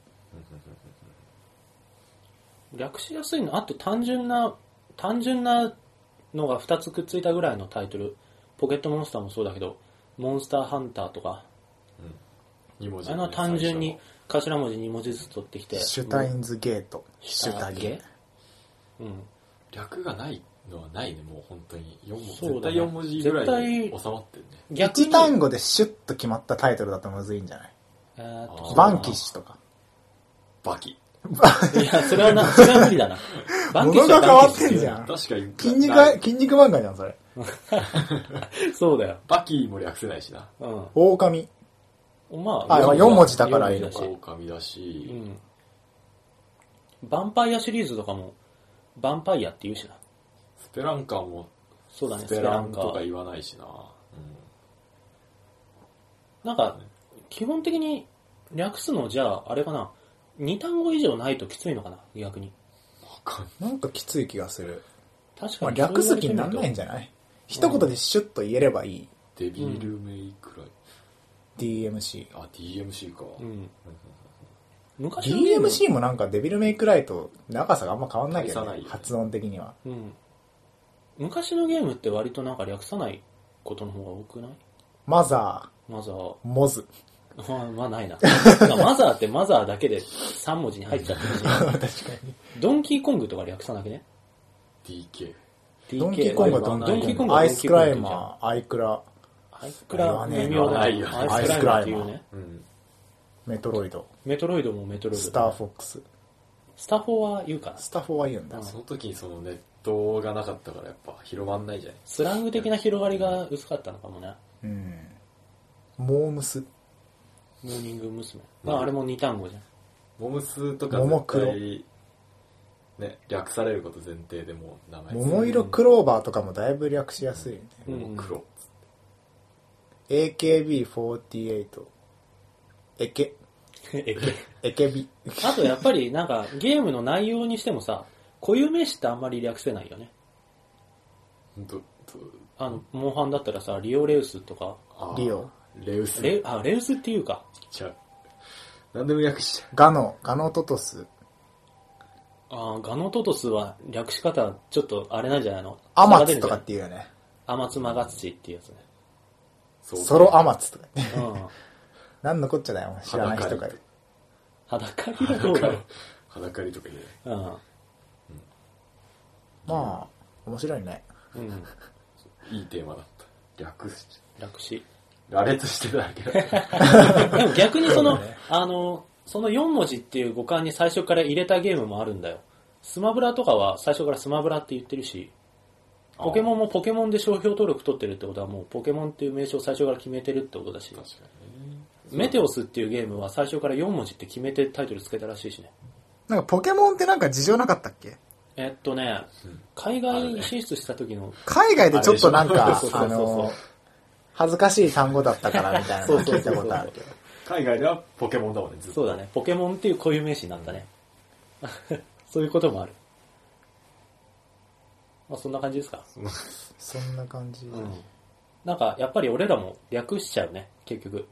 略しやすいの、あと単純なのが2つくっついたぐらいのタイトル。ポケットモンスターもそうだけど、モンスターハンターとか、単純に頭文字2文字ずつ取ってきて。 シュタインズゲート。 シュタゲ。 略がないのはないね、もう本当に。絶対4文字ぐらいに収まってるね。 1単語でシュッと決まったタイトルだとむずいんじゃない？バンキッシュとか。 バキ。 いや、それは無理だな。 バンキッシュは変わってんじゃん。 確かに。 筋肉漫画じゃん、それ。 そうだよ。 バキも略せないしな。 狼。 まあ、 4文字だからいいのか。 狼だし、 ヴァンパイアシリーズとかも、ヴァンパイアって言うしな。 スペランカーも、 そうだね、 スペランとか言わないしな。 なんか、基本的に略すのじゃあ、あれかな、2単語以上ないときついのかな、逆に。 なんかきつい気がする。 確かに。 略す気にならないんじゃない？一言でシュッと言えればいい。 デビルメイクライ。 DMC。 あ、DMC か。 昔の DMC もなんかデビルメイクライと長さがあんま変わんないけど、ね、発音的には。 昔のゲームって割となんか略さないことの方が多くない？ マザー。 モズ。 まあないな。マザーってマザーだけで3文字に入っちゃってるし。 確かに。 ドンキーコングとか略さなきゃね。 DK。 ドンキーコングはドンキーコング。アイスクライマー、アイクラ。 アイクラ微妙だよ。 アイスクライマー。メトロイドもメトロイド。スターフォックス。 スタフォは言うかな。 スタフォは言うんだ。 その時にそのネットがなかったからやっぱ広まんないじゃない。 スラング的な広がりが薄かったのかもね。 モームス。 モーニング娘。あれも2単語じゃん。 モムスとか絶対ね、略されること前提でもう名前。 桃色クローバーとかもだいぶ略しやすいよね。 桃黒。 AKB48。エケビ。 あとやっぱりなんかゲームの内容にしてもさ、固有名詞ってあんまり略せないよね。モンハンだったらさ、リオレウスとか。 リオ。 レウス。 レウスっていうか。 なんでも略しちゃう。 ガノトトス。 ガノトトスは略し方ちょっとあれなんじゃないの？ アマツとかって言うよね。 アマツマガツチっていうやつね。 ソロアマツとかね。何のこっちゃだよ、知らない人がいる。 裸りはどうだろう。 裸りとか言う。 まあ、面白いね。 いいテーマだった。 略し。羅列してただけだ。 でも逆にその4文字っていう語感に最初から入れたゲームもあるんだよ。スマブラとかは最初からスマブラって言ってるし、ポケモンもポケモンで商標登録取ってるってことはもうポケモンっていう名称を最初から決めてるってことだし、確かにメテオスっていうゲームは最初から4文字って決めてタイトルつけたらしいしね。 なんかポケモンってなんか事情なかったっけ？ 海外進出した時の海外でちょっとなんか恥ずかしい単語だったからみたいなの聞いたことあるけど。 海外ではポケモンだもんね、ずっと。 そうだね。ポケモンっていう固有名詞になったね。そういうこともある。まあそんな感じですか。 そんな感じ。 なんかやっぱり俺らも略しちゃうね、結局。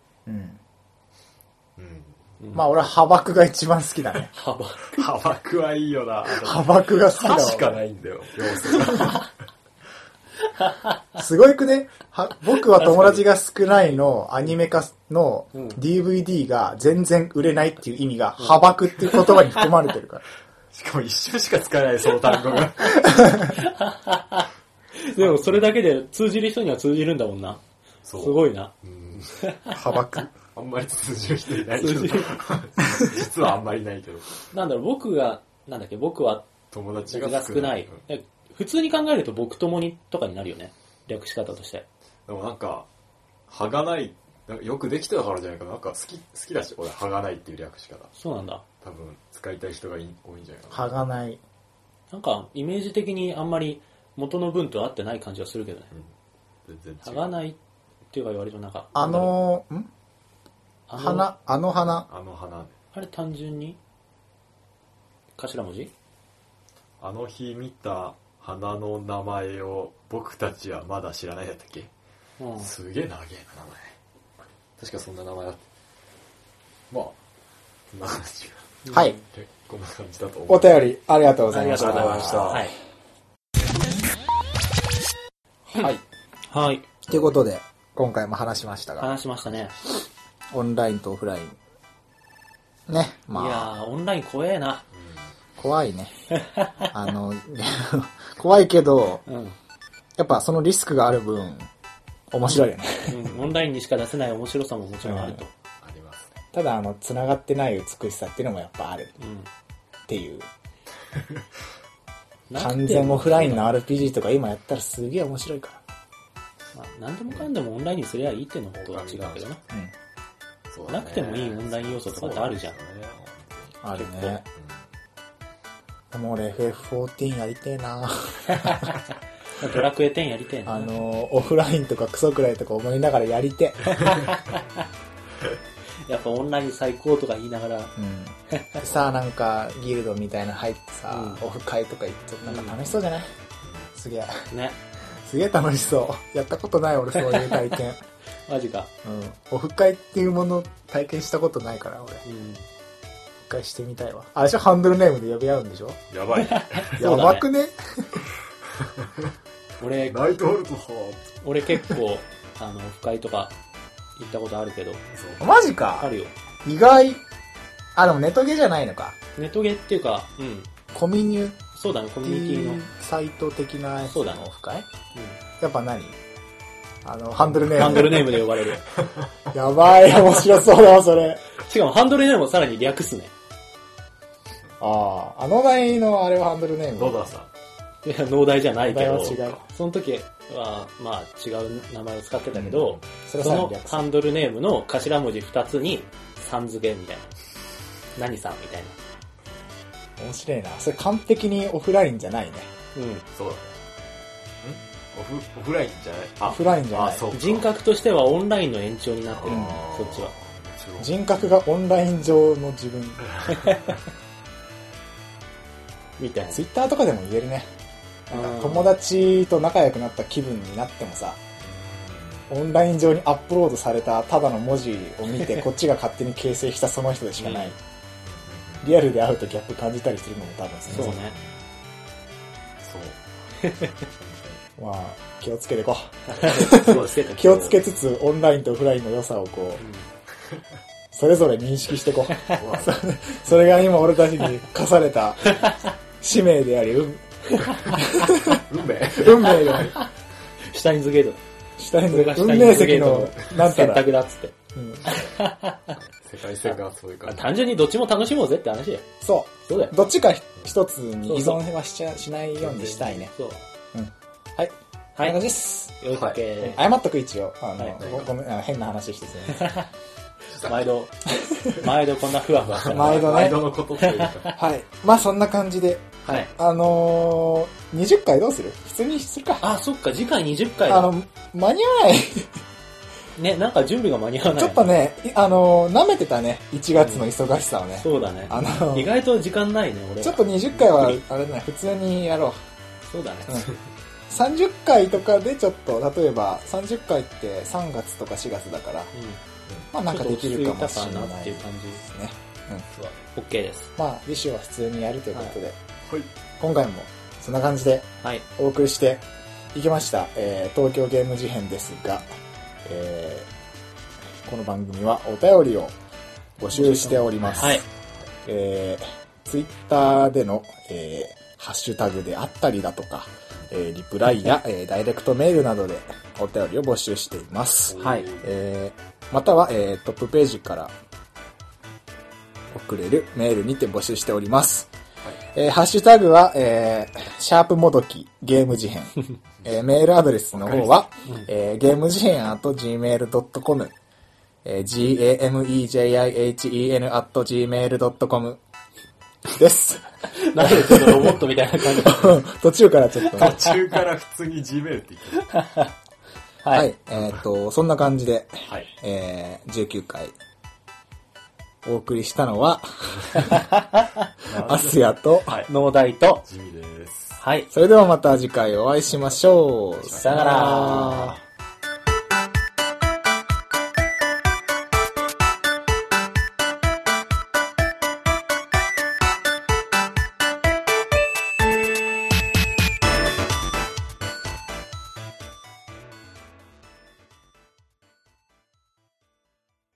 まあ俺は砂漠が一番好きだね。 砂漠はいいよな。 砂漠が好きだわ。 しかないんだよ、要素が。すごいくね。僕は友達が少ないのアニメ化の DVD が全然売れないっていう意味が砂漠っていう言葉に含まれてるから。 しかも一瞬しか使えない、その単語が。 でもそれだけで通じる人には通じるんだもんな。すごいな。 砂漠。 あんまり通じる人いないけど。実はあんまりいないけど。 なんだろう、僕は友達が少ない。 普通に考えると僕ともにとかになるよね。略し方として。 でもなんか、はがない、よくできてたからじゃないかな。なんか好きだし、俺、はがないっていう略し方。 そうなんだ。 多分、使いたい人が多いんじゃないかな。はがない。 なんか、イメージ的にあんまり元の文と合ってない感じはするけどね。 全然違う。 はがないっていうか言われるとなんか。 花。 あれ単純に頭文字？ あの日見た花の名前を僕たちはまだ知らないだったっけ？すげえ長えな名前。確かそんな名前だった。まあ、こんな感じが。はい。 こんな感じだと思う。 お便りありがとうございました。 ありがとうございました。はい。 はい。 はい。 ということで、今回も話しましたが。 話しましたね。 オンラインとオフライン。ね。まあ。 いやー、オンライン怖えな。 怖いね。怖いけど、やっぱそのリスクがある分、面白いよね。 オンラインにしか出せない面白さももちろんあると。 ありますね。 ただ、繋がってない美しさっていうのもやっぱある。っていう。完全オフラインの RPG とか今やったらすげえ面白いから。 まあ、何でもかんでもオンラインにすりゃいいっていうのとは違うけどな。なくてもいいオンライン要素とかってあるじゃん。 あるね。でも俺 FF14 やりてえなドラクエ10やりてえな。 オフラインとかクソくらいとか思いながらやりてやっぱオンライン最高とか言いながら。 さあなんかギルドみたいな入ってさ、オフ会とか行ってなんか楽しそうじゃない？すげえ。ね。すげえ楽しそう。やったことない俺そういう体験。 マジか。 オフ会っていうもの体験したことないから俺。一回してみたいわ。あれじゃハンドルネームで呼び合うんでしょ？ やばい。 やばくね？ 俺、 ナイトホルト俺結構、オフ会とか行ったことあるけど。 マジか？ あるよ。 意外。でもネトゲじゃないのか。 ネトゲっていうか、 コミュニそうだね、コミュニティの。 サイト的なやつのオフ会？やっぱ何？ ハンドルネームで呼ばれる。 やばい、面白そうだわ、それ。 しかもハンドルネームをさらに略すね。 農大のあれはハンドルネーム。 野田さん。 いや、農大じゃないけど、 違う。 その時は、まあ違う名前を使ってたけど、そのハンドルネームの頭文字2つに、さん付けみたいな。何さんみたいな。 面白いな。それ完璧にオフラインじゃないね。 そうだね。オフラインじゃない？ オフラインじゃない。 人格としてはオンラインの延長になってる。そっちは。 人格がオンライン上の自分。 みたいな。 ツイッターとかでも言えるね。友達と仲良くなった気分になってもさ、オンライン上にアップロードされたただの文字を見てこっちが勝手に形成したその人でしかない。リアルで会うとギャップ感じたりするのも多分そうね。 まあ、気をつけていこう。 気をつけつつ、オンラインとオフラインの良さをそれぞれ認識していこう。それが今俺たちに課された使命であり、運命であり。 シュタインズゲート。 シュタインズこれが運命石の、なんた選ら。 択だっつって。 世界線がそういう感じ。 単純にどっちも楽しもうぜって話だよ。 そそうだよう。。どっちか一つに依存はしないようにしたいね。 そう。 はい。こんはい。 な感じです。 オッケ謝っとく一応。 はいごめん、変な話してすみません。 ー。毎度こんなふわふわした毎度ね毎度のことというか。 はい。まあそんな感じで。 はい。 20回どうする普通にするか。 あ、そっか、次回20回だ。 間に合わない。 ね、なんか準備が間に合わない。 ちょっとね、舐めてたね。1月の忙しさをね。 そうだね。 あ意外と時間ないね、俺。 ちょっと20回は、あれだね、普通にやろう。 そうだね。 30回とかでちょっと、例えば30回って3月とか4月だから、まあなんかできるかもしれないちょっと落ち着いたかなっていう感じですね。 オッケーです。 まあ、次週は普通にやるということで、 はい。 今回もそんな感じではい。 お送りしていきました、東京ゲーム事変ですが、この番組はお便りを募集しております。 はい。 ツイッターでの、ハッシュタグであったりだとか、リプライや、ダイレクトメールなどでお便りを募集しています。 はい。 または、トップページから送れるメールにて募集しております。ハッシュタグは、シャープもどきゲーム事変。メールアドレスの方は、ゲーム事変@gmail.com、gamejihen@gmail.com です。 なんでちょっとロボットみたいな感じ途中からちょっと、 途中から普通に Gmail って言ってる。 はい。そんな感じで、 はい。 19回、お送りしたのは、アスヤと、 はい。 農大と、 地味です。 はい。 それではまた次回お会いしましょう。 さよなら。